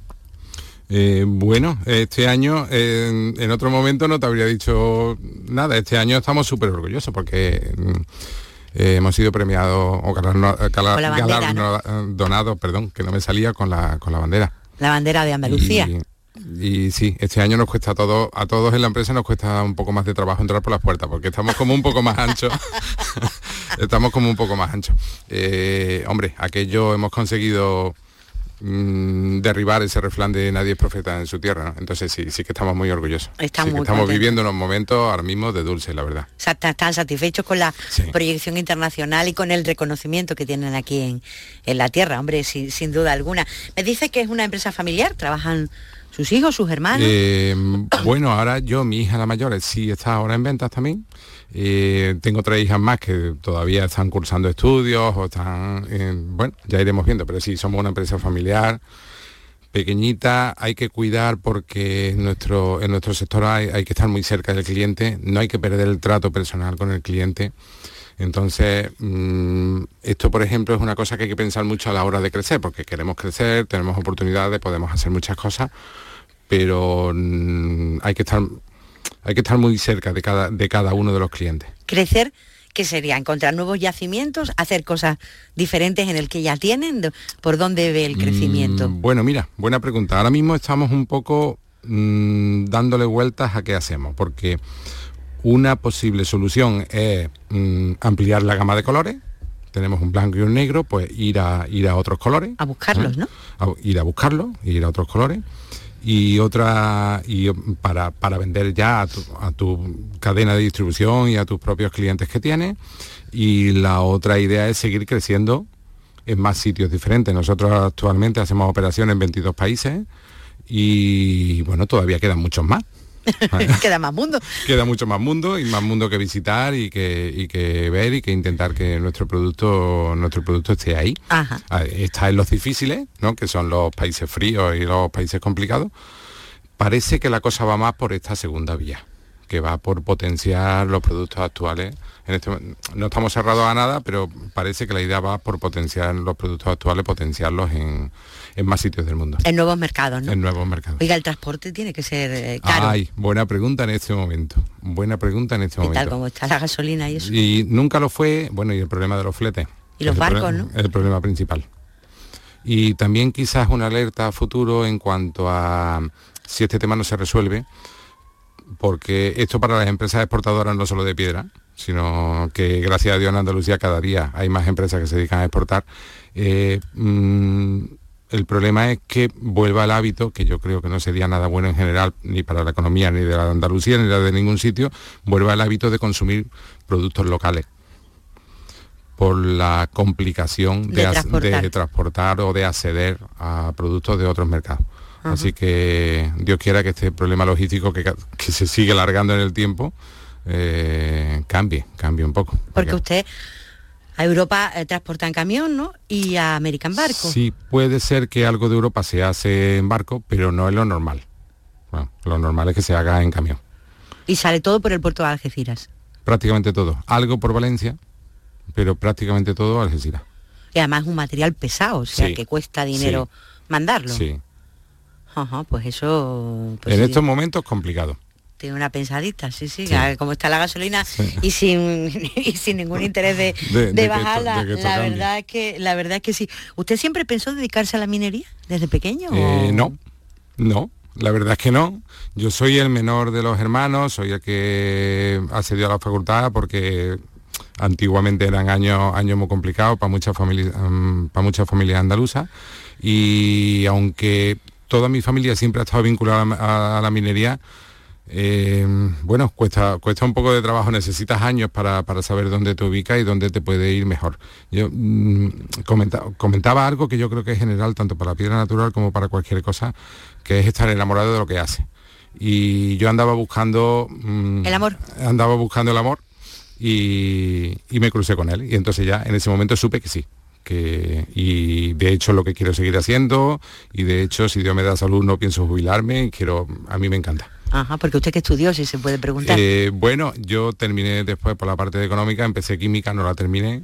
Bueno, este año, en otro momento no te habría dicho nada. Este año estamos súper orgullosos porque hemos sido premiados o galardonados, perdón, que no me salía con la bandera. La bandera de Andalucía. Y sí, este año nos cuesta a todos en la empresa nos cuesta un poco más de trabajo entrar por las puertas, porque estamos como un poco más anchos. Estamos como un poco más anchos. Hombre, aquello hemos conseguido derribar ese refrán de nadie es profeta en su tierra, ¿no? Entonces sí que estamos muy orgullosos. Estamos viviendo unos momentos ahora mismo de dulce, la verdad. Están satisfechos con la proyección internacional y con el reconocimiento que tienen aquí en la tierra, hombre, sin duda alguna. Me dice que es una empresa familiar, trabajan sus hijos, sus hermanos. Bueno, ahora mi hija la mayor sí está ahora en ventas también. Tengo 3 hijas más que todavía están cursando estudios o están, bueno, ya iremos viendo, pero sí, somos una empresa familiar, pequeñita. Hay que cuidar porque en nuestro sector hay que estar muy cerca del cliente, no hay que perder el trato personal con el cliente. Entonces, esto, por ejemplo, es una cosa que hay que pensar mucho a la hora de crecer, porque queremos crecer, tenemos oportunidades, podemos hacer muchas cosas, pero hay que estar muy cerca de cada uno de los clientes. Crecer, ¿qué sería? ¿Encontrar nuevos yacimientos? ¿Hacer cosas diferentes en el que ya tienen? ¿Por dónde ve el crecimiento? Bueno, mira, buena pregunta. Ahora mismo estamos un poco dándole vueltas a qué hacemos, porque una posible solución es ampliar la gama de colores. Tenemos un blanco y un negro, pues ir a otros colores. A buscarlos, ¿no? Ir a buscarlos, ir a otros colores. Y para vender ya a tu cadena de distribución y a tus propios clientes que tienes. Y la otra idea es seguir creciendo en más sitios diferentes. Nosotros actualmente hacemos operaciones en 22 países y bueno, todavía quedan muchos más. Queda más mundo. Queda mucho más mundo y más mundo que visitar y que ver y que intentar que nuestro producto esté ahí. Ajá. Está en los difíciles, ¿no? Que son los países fríos y los países complicados. Parece que la cosa va más por esta segunda vía, que va por potenciar los productos actuales. No estamos cerrados a nada, pero parece que la idea va por potenciar los productos actuales, potenciarlos en más sitios del mundo. En nuevos mercados, ¿no? En nuevos mercados. Oiga, el transporte tiene que ser caro. Ay, buena pregunta en este momento. ¿Qué tal, cómo está la gasolina y eso? Y nunca lo fue, bueno, y el problema de los fletes. Y los barcos, ¿no? El problema principal. Y también quizás una alerta a futuro en cuanto a si este tema no se resuelve, porque esto para las empresas exportadoras no solo de piedra, sino que gracias a Dios en Andalucía cada día hay más empresas que se dedican a exportar. El problema es que vuelva el hábito, que yo creo que no sería nada bueno en general, ni para la economía, ni de la Andalucía, ni de ningún sitio, vuelva el hábito de consumir productos locales, por la complicación de transportar o de acceder a productos de otros mercados. Uh-huh. Así que Dios quiera que este problema logístico que se sigue alargando en el tiempo cambie un poco. Porque usted a Europa transporta en camión, ¿no? Y a América en barco. Sí, puede ser que algo de Europa se hace en barco, pero no es lo normal. Bueno, lo normal es que se haga en camión. ¿Y sale todo por el puerto de Algeciras? Prácticamente todo. Algo por Valencia, pero prácticamente todo Algeciras. Y además es un material pesado, o sea, que cuesta dinero mandarlo. Sí. Ajá, pues eso... Pues en estos momentos complicado. Tiene una pensadita, sí. Como está la gasolina y sin ningún interés de bajarla, la verdad es que sí. ¿Usted siempre pensó dedicarse a la minería desde pequeño? No, la verdad es que no. Yo soy el menor de los hermanos, soy el que accedió a la facultad porque antiguamente eran años muy complicados para muchas familias andaluzas, y aunque toda mi familia siempre ha estado vinculada a la minería, bueno, cuesta un poco de trabajo, necesitas años para saber dónde te ubicas y dónde te puede ir mejor. Yo comentaba algo que yo creo que es general tanto para la piedra natural como para cualquier cosa, que es estar enamorado de lo que hace. y yo andaba buscando... el amor. Andaba buscando el amor y me crucé con él. Y entonces ya en ese momento supe que sí. Y de hecho lo que quiero seguir haciendo, y de hecho si Dios me da salud no pienso jubilarme, a mí me encanta. Ajá, porque usted qué estudió, si se puede preguntar. Bueno, yo terminé después por la parte de económica, empecé química, no la terminé,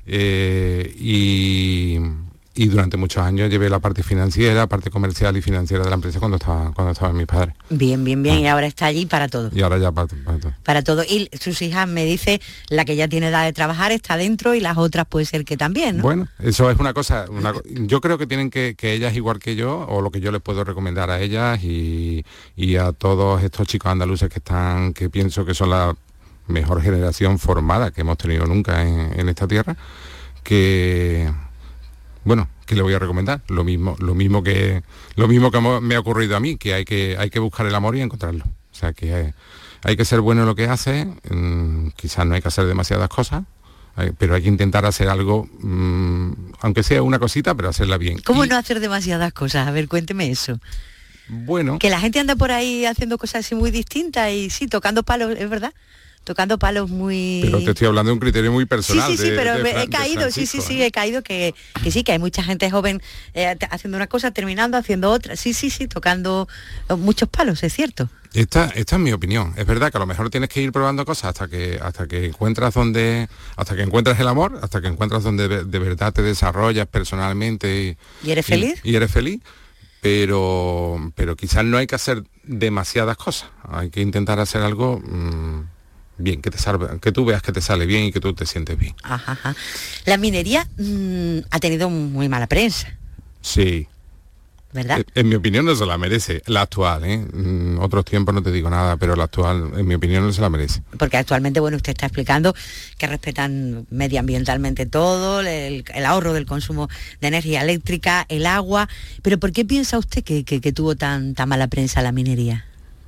y durante muchos años llevé la parte financiera, parte comercial y financiera de la empresa cuando estaban mis padres. Bien, y ahora está allí para todo. Y ahora ya para todo. Para todo. Y sus hijas, me dice, la que ya tiene edad de trabajar está dentro y las otras puede ser que también, ¿no? Bueno, eso es una cosa, yo creo que tienen que ellas, igual que yo, o lo que yo les puedo recomendar a ellas y a todos estos chicos andaluces que pienso que son la mejor generación formada que hemos tenido nunca en esta tierra, que le voy a recomendar lo mismo que me ha ocurrido a mí, que hay que buscar el amor y encontrarlo. O sea, que hay que ser bueno en lo que hace, quizás no hay que hacer demasiadas cosas, pero hay que intentar hacer algo, aunque sea una cosita, pero hacerla bien. ¿Cómo no hacer demasiadas cosas? A ver, cuénteme eso. Bueno, que la gente anda por ahí haciendo cosas así muy distintas y sí, tocando palos, es verdad. Tocando palos muy... Pero te estoy hablando de un criterio muy personal. Sí, pero he caído, he caído que sí, que hay mucha gente joven haciendo una cosa, terminando, haciendo otra. Sí, tocando muchos palos, es cierto. Esta es mi opinión. Es verdad que a lo mejor tienes que ir probando cosas hasta que encuentras el amor, hasta que encuentras donde de verdad te desarrollas personalmente. ¿Y eres feliz? Y eres feliz. Pero quizás no hay que hacer demasiadas cosas. Hay que intentar hacer algo... bien, que tú veas que te sale bien y que tú te sientes bien. Ajá. La minería ha tenido muy mala prensa. Sí. ¿Verdad? En mi opinión no se la merece, la actual, otros tiempos no te digo nada, pero la actual, en mi opinión, no se la merece. Porque actualmente, usted está explicando que respetan medioambientalmente todo, el ahorro del consumo de energía eléctrica, el agua, pero ¿por qué piensa usted que tuvo tan mala prensa la minería?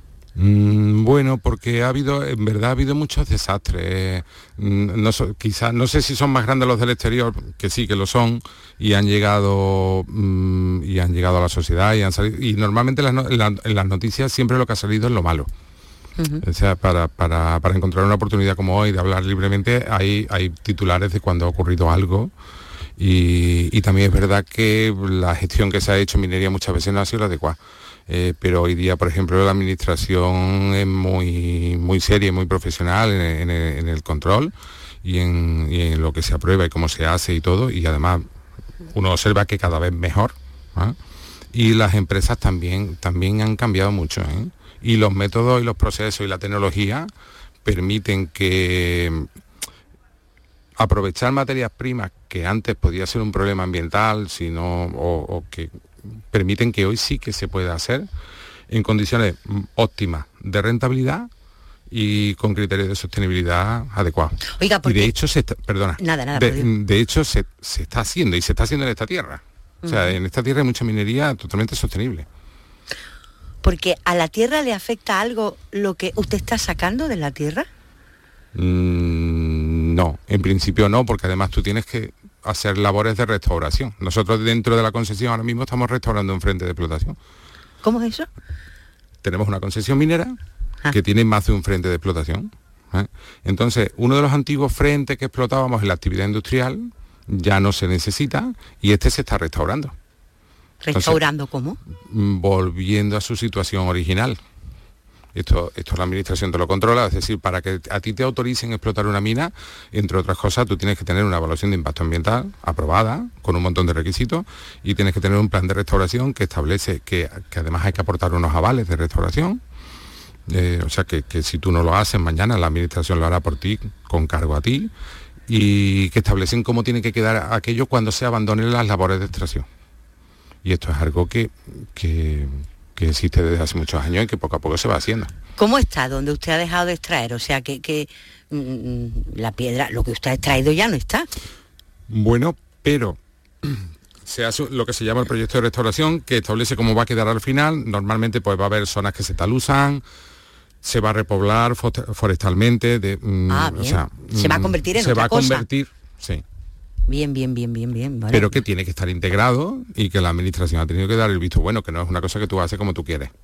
Bueno, porque en verdad ha habido muchos desastres. Quizás, no sé si son más grandes los del exterior, que sí que lo son, y han llegado a la sociedad y han salido. Y normalmente en las noticias siempre lo que ha salido es lo malo. O sea, para encontrar una oportunidad como hoy de hablar libremente, hay titulares de cuando ha ocurrido algo. Y también es verdad que la gestión que se ha hecho en minería muchas veces no ha sido la adecuada. Pero hoy día, por ejemplo, la administración es muy seria y muy profesional en el control y en lo que se aprueba y cómo se hace y todo, y además uno observa que cada vez mejor, ¿eh? Y las empresas también han cambiado mucho, ¿eh? Y los métodos y los procesos y la tecnología permiten que aprovechar materias primas que antes podía ser un problema ambiental, o que permiten que hoy sí que se pueda hacer en condiciones óptimas de rentabilidad y con criterios de sostenibilidad adecuados. Oiga, y de hecho se está haciendo y se está haciendo en esta tierra. O sea, en esta tierra hay mucha minería totalmente sostenible. Porque a la tierra le afecta algo lo que usted está sacando de la tierra. No, en principio no, porque además tú tienes que hacer labores de restauración. Nosotros dentro de la concesión ahora mismo estamos restaurando un frente de explotación. ¿Cómo es eso? Tenemos una concesión minera que tiene más de un frente de explotación. Entonces, uno de los antiguos frentes que explotábamos en la actividad industrial ya no se necesita y este se está restaurando. ¿Restaurando cómo? Volviendo a su situación original. Esto la administración te lo controla, es decir, para que a ti te autoricen explotar una mina, entre otras cosas, tú tienes que tener una evaluación de impacto ambiental aprobada, con un montón de requisitos, y tienes que tener un plan de restauración que establece que además hay que aportar unos avales de restauración. O sea, que si tú no lo haces, mañana la administración lo hará por ti, con cargo a ti, y que establecen cómo tiene que quedar aquello cuando se abandonen las labores de extracción. Y esto es algo que existe desde hace muchos años y que poco a poco se va haciendo. ¿Cómo está donde usted ha dejado de extraer? O sea, que la piedra, lo que usted ha extraído ya no está. Bueno, pero se hace lo que se llama el proyecto de restauración, que establece cómo va a quedar al final. Normalmente pues va a haber zonas que se talusan, se va a repoblar forestalmente. Bien. O sea, se va a convertir en otra cosa. Se va a convertir, sí. Bien. Vale. Pero que tiene que estar integrado y que la administración ha tenido que dar el visto bueno, que no es una cosa que tú haces como tú quieres,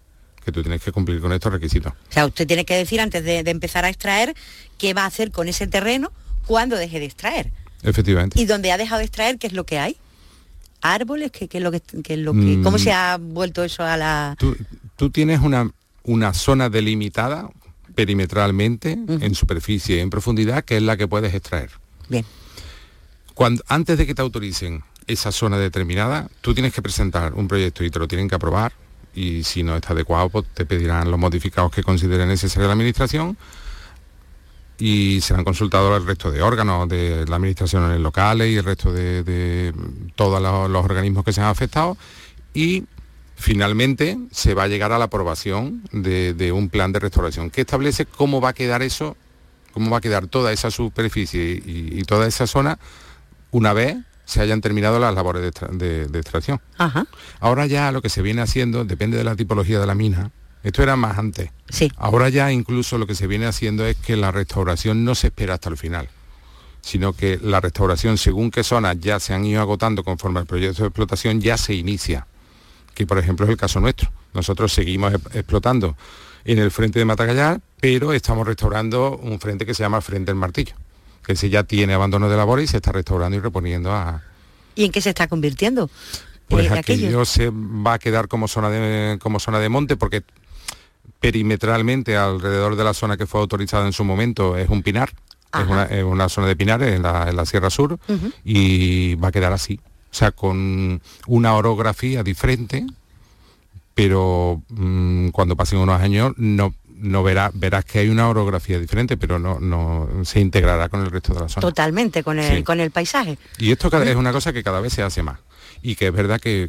que tú tienes que cumplir con estos requisitos. O sea, usted tiene que decir antes de empezar a extraer qué va a hacer con ese terreno cuando deje de extraer. Efectivamente. Y donde ha dejado de extraer, ¿qué es lo que hay? ¿Árboles? ¿Qué es lo que ¿Cómo se ha vuelto eso a la...? Tú tienes una zona delimitada perimetralmente, en superficie y en profundidad, que es la que puedes extraer. Bien. Antes de que te autoricen esa zona determinada, tú tienes que presentar un proyecto y te lo tienen que aprobar, y si no está adecuado, pues te pedirán los modificados que considere necesario la administración, y serán consultados el resto de órganos de las administraciones locales y el resto de todos los organismos que se han afectado, y finalmente se va a llegar a la aprobación de un plan de restauración que establece cómo va a quedar eso, cómo va a quedar toda esa superficie y toda esa zona una vez se hayan terminado las labores de extracción. Ajá. Ahora ya lo que se viene haciendo, depende de la tipología de la mina, esto era más antes. Sí. Ahora ya incluso lo que se viene haciendo es que la restauración no se espera hasta el final, sino que la restauración, según qué zonas ya se han ido agotando conforme al proyecto de explotación, ya se inicia, que por ejemplo es el caso nuestro. Nosotros seguimos explotando en el frente de Matagallar, pero estamos restaurando un frente que se llama Frente del Martillo, que ese ya tiene abandono de labores y se está restaurando y reponiendo a... ¿Y en qué se está convirtiendo? Pues aquello se va a quedar como zona de monte, porque perimetralmente alrededor de la zona que fue autorizada en su momento es un pinar, es una zona de pinares en la Sierra Sur, y va a quedar así, o sea, con una orografía diferente, pero cuando pasen unos años verás que hay una orografía diferente, pero no se integrará con el resto de la zona. Totalmente, con el paisaje. Y esto es una cosa que cada vez se hace más. Y que es verdad que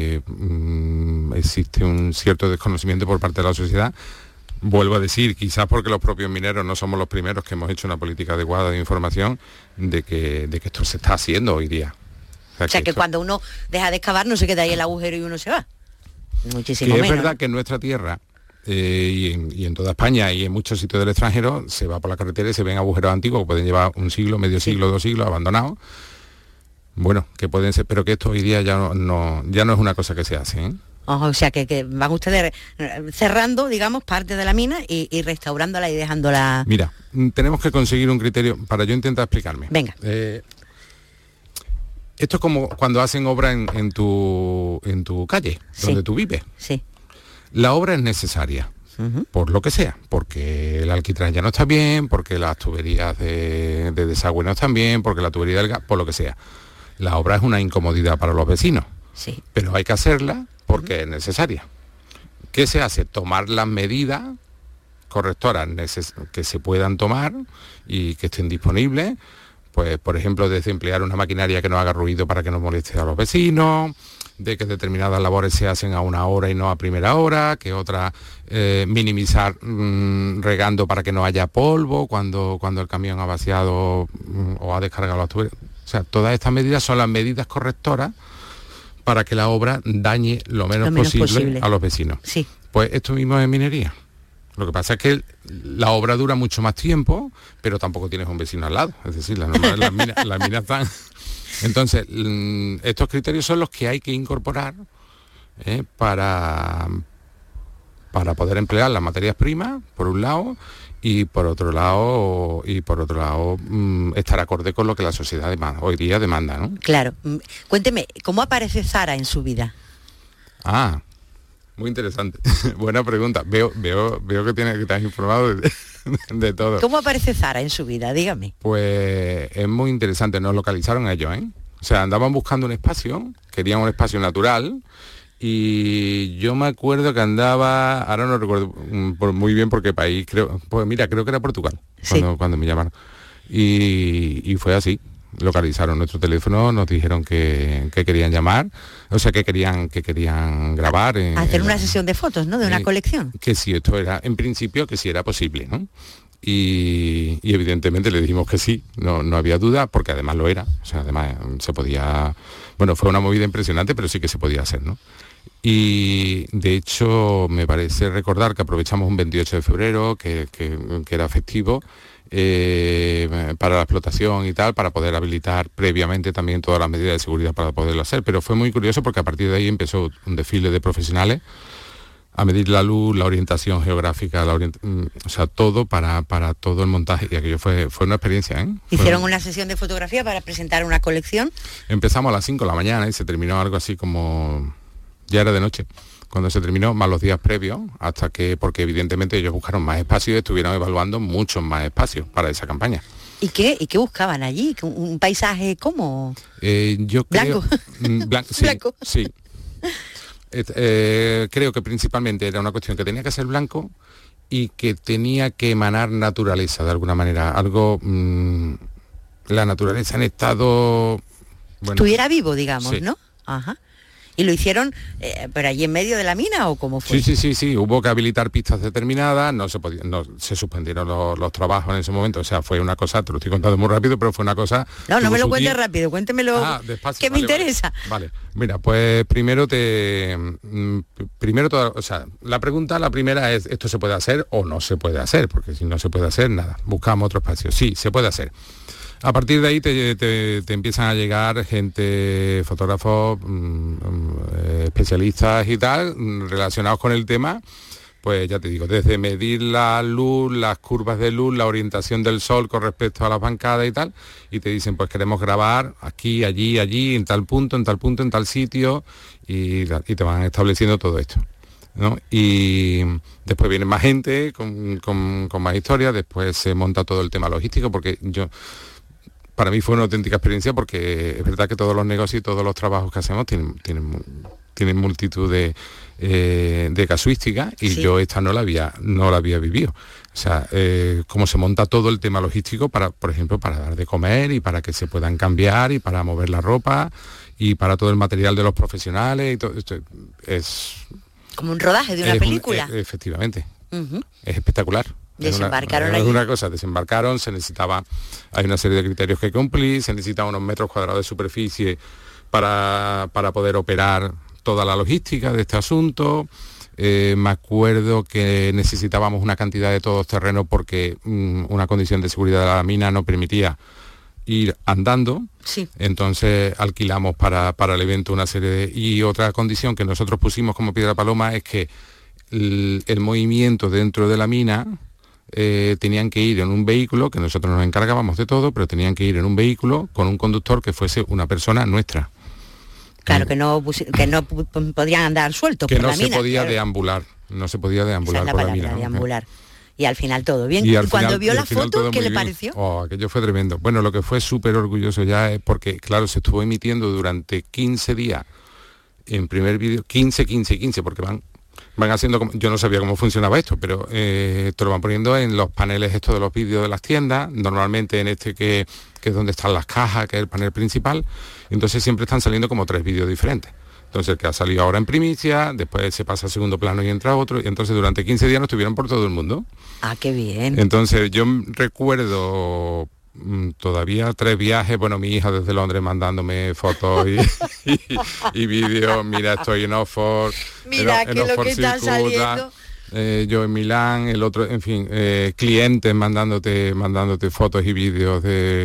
existe un cierto desconocimiento por parte de la sociedad. Vuelvo a decir, quizás porque los propios mineros no somos los primeros que hemos hecho una política adecuada de información de que esto se está haciendo hoy día. O sea, que cuando uno deja de excavar no se queda ahí el agujero y uno se va. Muchísimo que menos. Es verdad que en nuestra tierra y en toda España y en muchos sitios del extranjero se va por la carretera y se ven agujeros antiguos que pueden llevar un siglo, medio siglo, 2 siglos abandonados. Bueno, que pueden ser, pero que esto hoy día ya no es una cosa que se hace, ¿eh? O sea, que van ustedes cerrando, digamos, parte de la mina y restaurándola y dejándola... Mira, tenemos que conseguir un criterio para yo intentar explicarme. Venga. Esto es como cuando hacen obra en tu calle, donde tú vives. Sí. La obra es necesaria, por lo que sea, porque el alquitrán ya no está bien, porque las tuberías de desagüe no están bien, porque la tubería del gas, por lo que sea. La obra es una incomodidad para los vecinos, sí, pero hay que hacerla porque es necesaria. ¿Qué se hace? Tomar las medidas correctoras que se puedan tomar y que estén disponibles, pues por ejemplo desde emplear una maquinaria que no haga ruido para que no moleste a los vecinos, de que determinadas labores se hacen a una hora y no a primera hora, que otras minimizar regando para que no haya polvo cuando el camión ha vaciado o ha descargado las tuberías. O sea, todas estas medidas son las medidas correctoras para que la obra dañe lo menos posible a los vecinos. Sí. Pues esto mismo es minería. Lo que pasa es que la obra dura mucho más tiempo, pero tampoco tienes un vecino al lado. Es decir, las minas están... Entonces, estos criterios son los que hay que incorporar para poder emplear las materias primas, por un lado, y por otro lado estar acorde con lo que la sociedad hoy día demanda, ¿no? Claro. Cuénteme, ¿cómo aparece Zara en su vida? Muy interesante. Buena pregunta. Veo que te has informado de todo. ¿Cómo aparece Zara en su vida? Dígame. Pues es muy interesante. Nos localizaron ellos, ¿eh? O sea, andaban buscando un espacio, querían un espacio natural, y yo me acuerdo que andaba, ahora no recuerdo muy bien por qué país, creo que era Portugal, cuando me llamaron. Y fue así. Localizaron nuestro teléfono, nos dijeron que querían llamar, o sea, que querían grabar. Hacer una sesión de fotos, ¿no? De una colección. Que si esto era, en principio, que si era posible, ¿no? Y evidentemente le dijimos que sí, no había duda, porque además lo era. O sea, además se podía... Bueno, fue una movida impresionante, pero sí que se podía hacer, ¿no? Y de hecho me parece recordar que aprovechamos un 28 de febrero, que era festivo, para la explotación y tal, para poder habilitar previamente también todas las medidas de seguridad para poderlo hacer. Pero fue muy curioso porque a partir de ahí empezó un desfile de profesionales a medir la luz, la orientación geográfica, o sea, todo para todo el montaje, y aquello fue una experiencia, ¿eh? ¿Hicieron una sesión de fotografía para presentar una colección? Empezamos a las 5 de la mañana y se terminó algo así como... ya era de noche cuando se terminó, más los días previos, hasta que, porque evidentemente ellos buscaron más espacio y estuvieron evaluando muchos más espacios para esa campaña. ¿Y qué buscaban allí? ¿Un paisaje cómo? Yo creo... ¿Blanco? Sí, ¿Blanco? Sí. Creo que principalmente era una cuestión que tenía que ser blanco y que tenía que emanar naturaleza de alguna manera, algo... la naturaleza en estado... Bueno, estuviera vivo, digamos, sí. ¿no? Ajá. ¿Y lo hicieron pero allí en medio de la mina o cómo fue? Sí. Hubo que habilitar pistas determinadas, no se suspendieron los trabajos en ese momento. O sea, fue una cosa, te lo estoy contando muy rápido, pero fue una cosa... No me lo cuentes rápido, cuéntemelo, despacio, que me interesa. Vale. Mira, pues primero todo, o sea, la primera es, ¿esto se puede hacer o no se puede hacer? Porque si no se puede hacer, nada, buscamos otro espacio. Sí, se puede hacer. A partir de ahí te empiezan a llegar gente, fotógrafos, especialistas y tal, relacionados con el tema, pues ya te digo, desde medir la luz, las curvas de luz, la orientación del sol con respecto a las bancadas y tal, y te dicen, pues queremos grabar aquí, allí, en tal punto, en tal sitio, y te van estableciendo todo esto, ¿no? Y después viene más gente con más historias, después se monta todo el tema logístico, porque para mí fue una auténtica experiencia, porque es verdad que todos los negocios y todos los trabajos que hacemos tienen multitud de casuísticas, y sí. Yo esta no la había vivido. O sea, cómo se monta todo el tema logístico para, por ejemplo, para dar de comer y para que se puedan cambiar y para mover la ropa y para todo el material de los profesionales y todo esto es... Como un rodaje de una película. Efectivamente. Es espectacular. Desembarcaron allí. Es una cosa, desembarcaron, hay una serie de criterios que cumplir, se necesitaban unos metros cuadrados de superficie para poder operar toda la logística de este asunto. Me acuerdo que necesitábamos una cantidad de todoterreno porque una condición de seguridad de la mina no permitía ir andando. Sí. Entonces alquilamos para el evento una serie de... Y otra condición que nosotros pusimos como piedra paloma es que el movimiento dentro de la mina tenían que ir en un vehículo, que nosotros nos encargábamos de todo, pero tenían que ir en un vehículo con un conductor que fuese una persona nuestra. Claro, que no podrían andar sueltos por la mina. Que no se podía deambular, no se podía deambular por la mina. Deambular. Y al final todo bien. Y cuando vio la foto, ¿qué le pareció? Aquello fue tremendo. Bueno, lo que fue súper orgulloso ya es porque, claro, se estuvo emitiendo durante 15 días en primer vídeo, 15, porque van haciendo, yo no sabía cómo funcionaba esto, pero te lo van poniendo en los paneles estos de los vídeos de las tiendas, normalmente en este que es donde están las cajas, que es el panel principal, entonces siempre están saliendo como 3 vídeos diferentes. Entonces el que ha salido ahora en primicia, después se pasa a segundo plano y entra otro, y entonces durante 15 días nos estuvieron por todo el mundo. Ah, qué bien. Entonces yo recuerdo todavía 3 viajes, bueno, mi hija desde Londres mandándome fotos y vídeos, mira, estoy en Oxford, mira que lo que está saliendo. Yo en Milán, el otro, en fin, clientes mandándote fotos y vídeos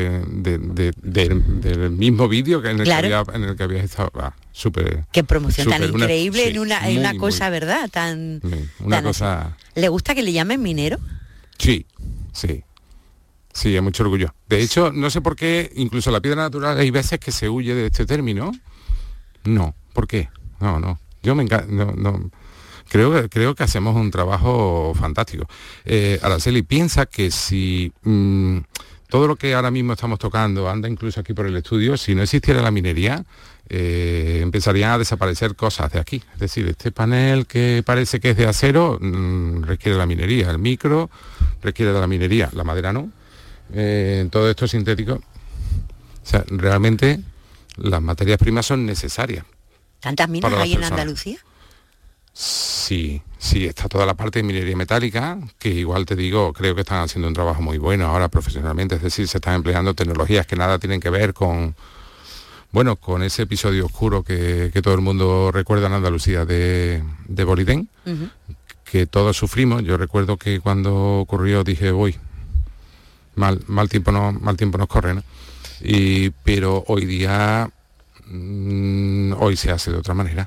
del mismo vídeo que en el que habías estado. Súper. Qué promoción tan increíble en una cosa, muy, ¿verdad? Una cosa. Así. ¿Le gusta que le llamen minero? Sí, es mucho orgullo. De hecho, no sé por qué, incluso la piedra natural, hay veces que se huye de este término. No, ¿por qué? No. Yo me encanta. No. Creo que hacemos un trabajo fantástico. Araceli, piensa que si todo lo que ahora mismo estamos tocando anda incluso aquí por el estudio, si no existiera la minería, empezarían a desaparecer cosas de aquí. Es decir, este panel que parece que es de acero requiere la minería, el micro requiere de la minería, la madera no. Todo esto es sintético. O sea, realmente las materias primas son necesarias. ¿Tantas minas hay en Andalucía? Sí, está toda la parte de minería metálica, que igual te digo, creo que están haciendo un trabajo muy bueno ahora profesionalmente, es decir, se están empleando tecnologías que nada tienen que ver con ese episodio oscuro que todo el mundo recuerda en Andalucía de Bolidén, que todos sufrimos. Yo recuerdo que cuando ocurrió dije, uy, mal tiempo nos corre, ¿no? Pero hoy día, hoy se hace de otra manera.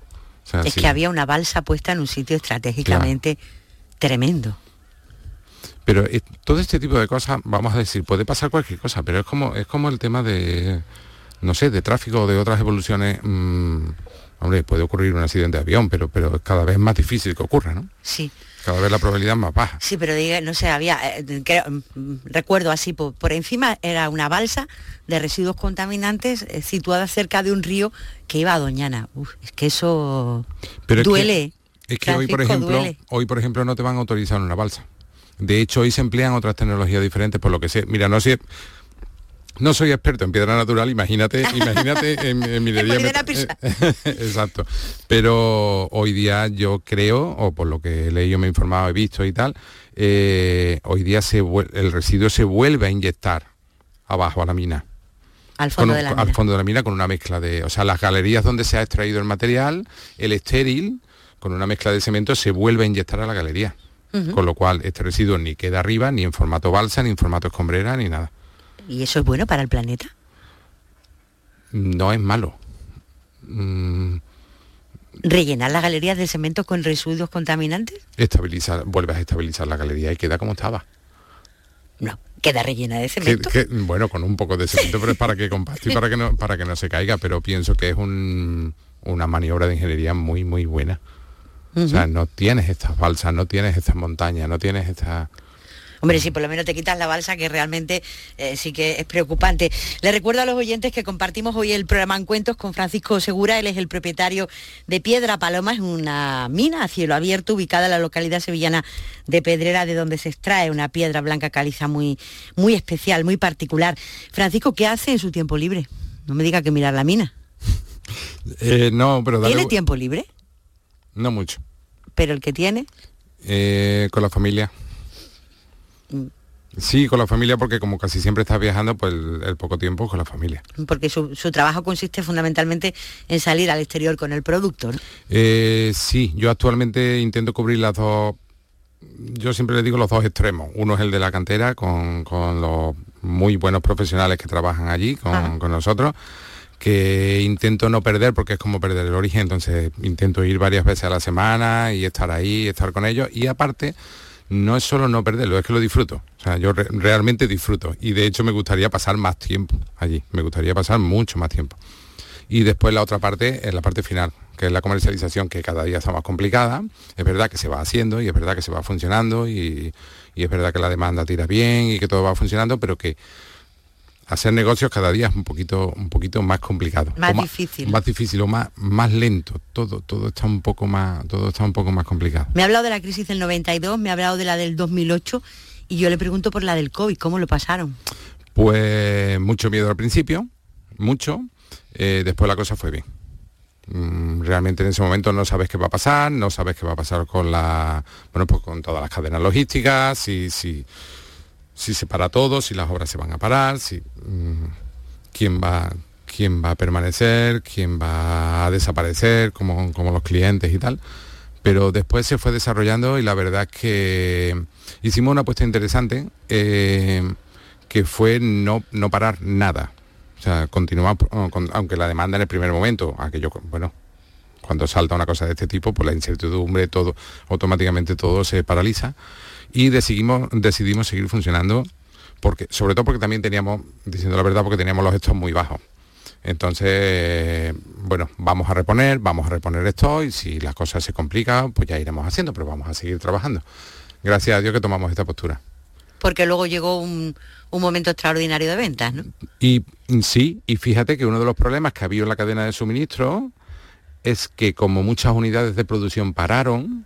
O sea, es que había una balsa puesta en un sitio estratégicamente tremendo. Pero todo este tipo de cosas, vamos a decir, puede pasar cualquier cosa, pero es como el tema de, no sé, de tráfico o de otras evoluciones. Hombre, puede ocurrir un accidente de avión, pero cada vez es más difícil que ocurra, ¿no? Sí. Cada vez la probabilidad es más baja. Sí, pero diga, no sé, había, recuerdo así, por encima era una balsa de residuos contaminantes situada cerca de un río que iba a Doñana. Es que eso pero duele. Es que hoy, por ejemplo, no te van a autorizar una balsa. De hecho, hoy se emplean otras tecnologías diferentes, por lo que sé. Mira, no soy experto en piedra natural, imagínate en minería. Exacto. Pero hoy día yo creo, o por lo que he leído, me he informado, he visto y tal, hoy día el residuo se vuelve a inyectar abajo a la mina. Al fondo de la mina con una mezcla de... O sea, las galerías donde se ha extraído el material, el estéril, con una mezcla de cemento, se vuelve a inyectar a la galería. Con lo cual este residuo ni queda arriba, ni en formato balsa, ni en formato escombrera, ni nada. ¿Y eso es bueno para el planeta? No es malo. ¿Rellenar las galerías de cemento con residuos contaminantes? Vuelves a estabilizar la galería y queda como estaba. No, queda rellena de cemento. Bueno, con un poco de cemento, pero es para que compacte y para que no se caiga, pero pienso que es una maniobra de ingeniería muy, muy buena. O sea, no tienes estas balsas, no tienes estas montañas, no tienes estas... Hombre, sí, por lo menos te quitas la balsa, que realmente sí que es preocupante. Le recuerdo a los oyentes que compartimos hoy el programa Encuentros con Francisco Segura. Él es el propietario de Piedra Paloma, es una mina a cielo abierto ubicada en la localidad sevillana de Pedrera, de donde se extrae una piedra blanca caliza muy, muy especial, muy particular. Francisco, ¿qué hace en su tiempo libre? No me diga que mirar la mina. No, pero ¿Tiene tiempo libre? No mucho. ¿Pero el que tiene? Con la familia. Sí, con la familia, porque como casi siempre estás viajando, pues el poco tiempo con la familia. Porque su trabajo consiste fundamentalmente en salir al exterior con el producto, ¿no? Sí, yo actualmente intento cubrir las dos, yo siempre le digo los dos extremos. Uno es el de la cantera, con los muy buenos profesionales que trabajan allí con nosotros, que intento no perder, porque es como perder el origen, entonces intento ir varias veces a la semana y estar ahí, estar con ellos, y aparte no es solo no perderlo, es que lo disfruto. O sea, yo realmente disfruto, y de hecho me gustaría pasar más tiempo allí, me gustaría pasar mucho más tiempo. Y después la otra parte es la parte final, que es la comercialización, que cada día está más complicada. Es verdad que se va haciendo y es verdad que se va funcionando y es verdad que la demanda tira bien y que todo va funcionando, pero que hacer negocios cada día es un poquito más complicado. Más difícil. Más difícil o más lento. Todo está un poco más complicado. Me ha hablado de la crisis del 92, me ha hablado de la del 2008 y yo le pregunto por la del COVID, ¿cómo lo pasaron? Pues mucho miedo al principio, mucho. Después la cosa fue bien. Realmente en ese momento no sabes qué va a pasar, no sabes qué va a pasar con con todas las cadenas logísticas, si se para todo, si las obras se van a parar, quién va a permanecer, quién va a desaparecer, como los clientes y tal. Pero después se fue desarrollando y la verdad es que hicimos una apuesta interesante, que fue no parar nada. O sea, continuar, aunque la demanda en el primer momento, cuando salta una cosa de este tipo, pues la incertidumbre, todo, automáticamente todo se paraliza. Y decidimos seguir funcionando, sobre todo porque también teníamos, diciendo la verdad, porque teníamos los stocks muy bajos. Entonces, vamos a reponer esto, y si las cosas se complican, pues ya iremos haciendo, pero vamos a seguir trabajando. Gracias a Dios que tomamos esta postura. Porque luego llegó un momento extraordinario de ventas, ¿no? Y sí, y fíjate que uno de los problemas que había en la cadena de suministro es que como muchas unidades de producción pararon,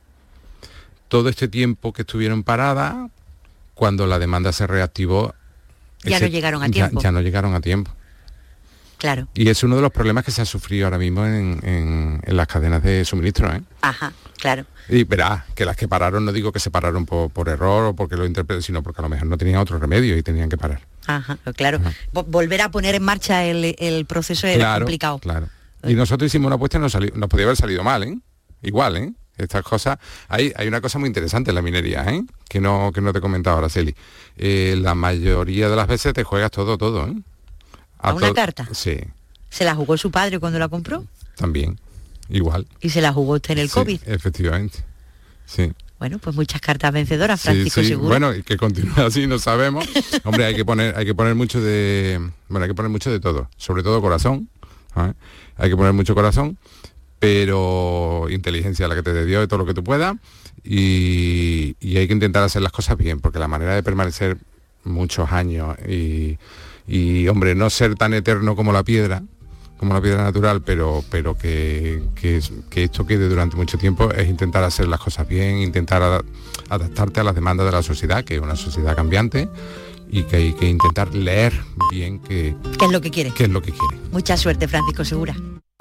todo este tiempo que estuvieron paradas, cuando la demanda se reactivó, no llegaron a tiempo. Ya no llegaron a tiempo. Claro. Y es uno de los problemas que se ha sufrido ahora mismo en las cadenas de suministro, ¿eh? Ajá, claro. Y verás, que las que pararon, no digo que se pararon por error o porque lo interpreten, sino porque a lo mejor no tenían otro remedio y tenían que parar. Ajá, claro. Ajá. Volver a poner en marcha el proceso era complicado. Claro. Y nosotros hicimos una apuesta y nos podía haber salido mal, ¿eh? Igual, ¿eh? Estas cosas, hay una cosa muy interesante en la minería, ¿eh? que no te he comentado, Araceli. La mayoría de las veces te juegas todo, ¿eh? ¿A una carta? Sí. ¿Se la jugó su padre cuando la compró? También. igual. Y se la jugó usted en el COVID. Efectivamente, sí. Bueno, pues muchas cartas vencedoras, Francisco Segura. Bueno, y que continúe así, no sabemos. Hombre, hay que poner mucho de... Bueno, hay que poner mucho de todo, sobre todo corazón. ¿Eh? Hay que poner mucho corazón, pero inteligencia la que te dé Dios, de todo lo que tú puedas, y hay que intentar hacer las cosas bien, porque la manera de permanecer muchos años y hombre, no ser tan eterno como la piedra natural, pero que esto quede durante mucho tiempo, es intentar hacer las cosas bien, intentar adaptarte a las demandas de la sociedad, que es una sociedad cambiante, y que hay que intentar leer bien qué es lo que quiere. ¿Qué es lo que quiere? Mucha suerte, Francisco Segura.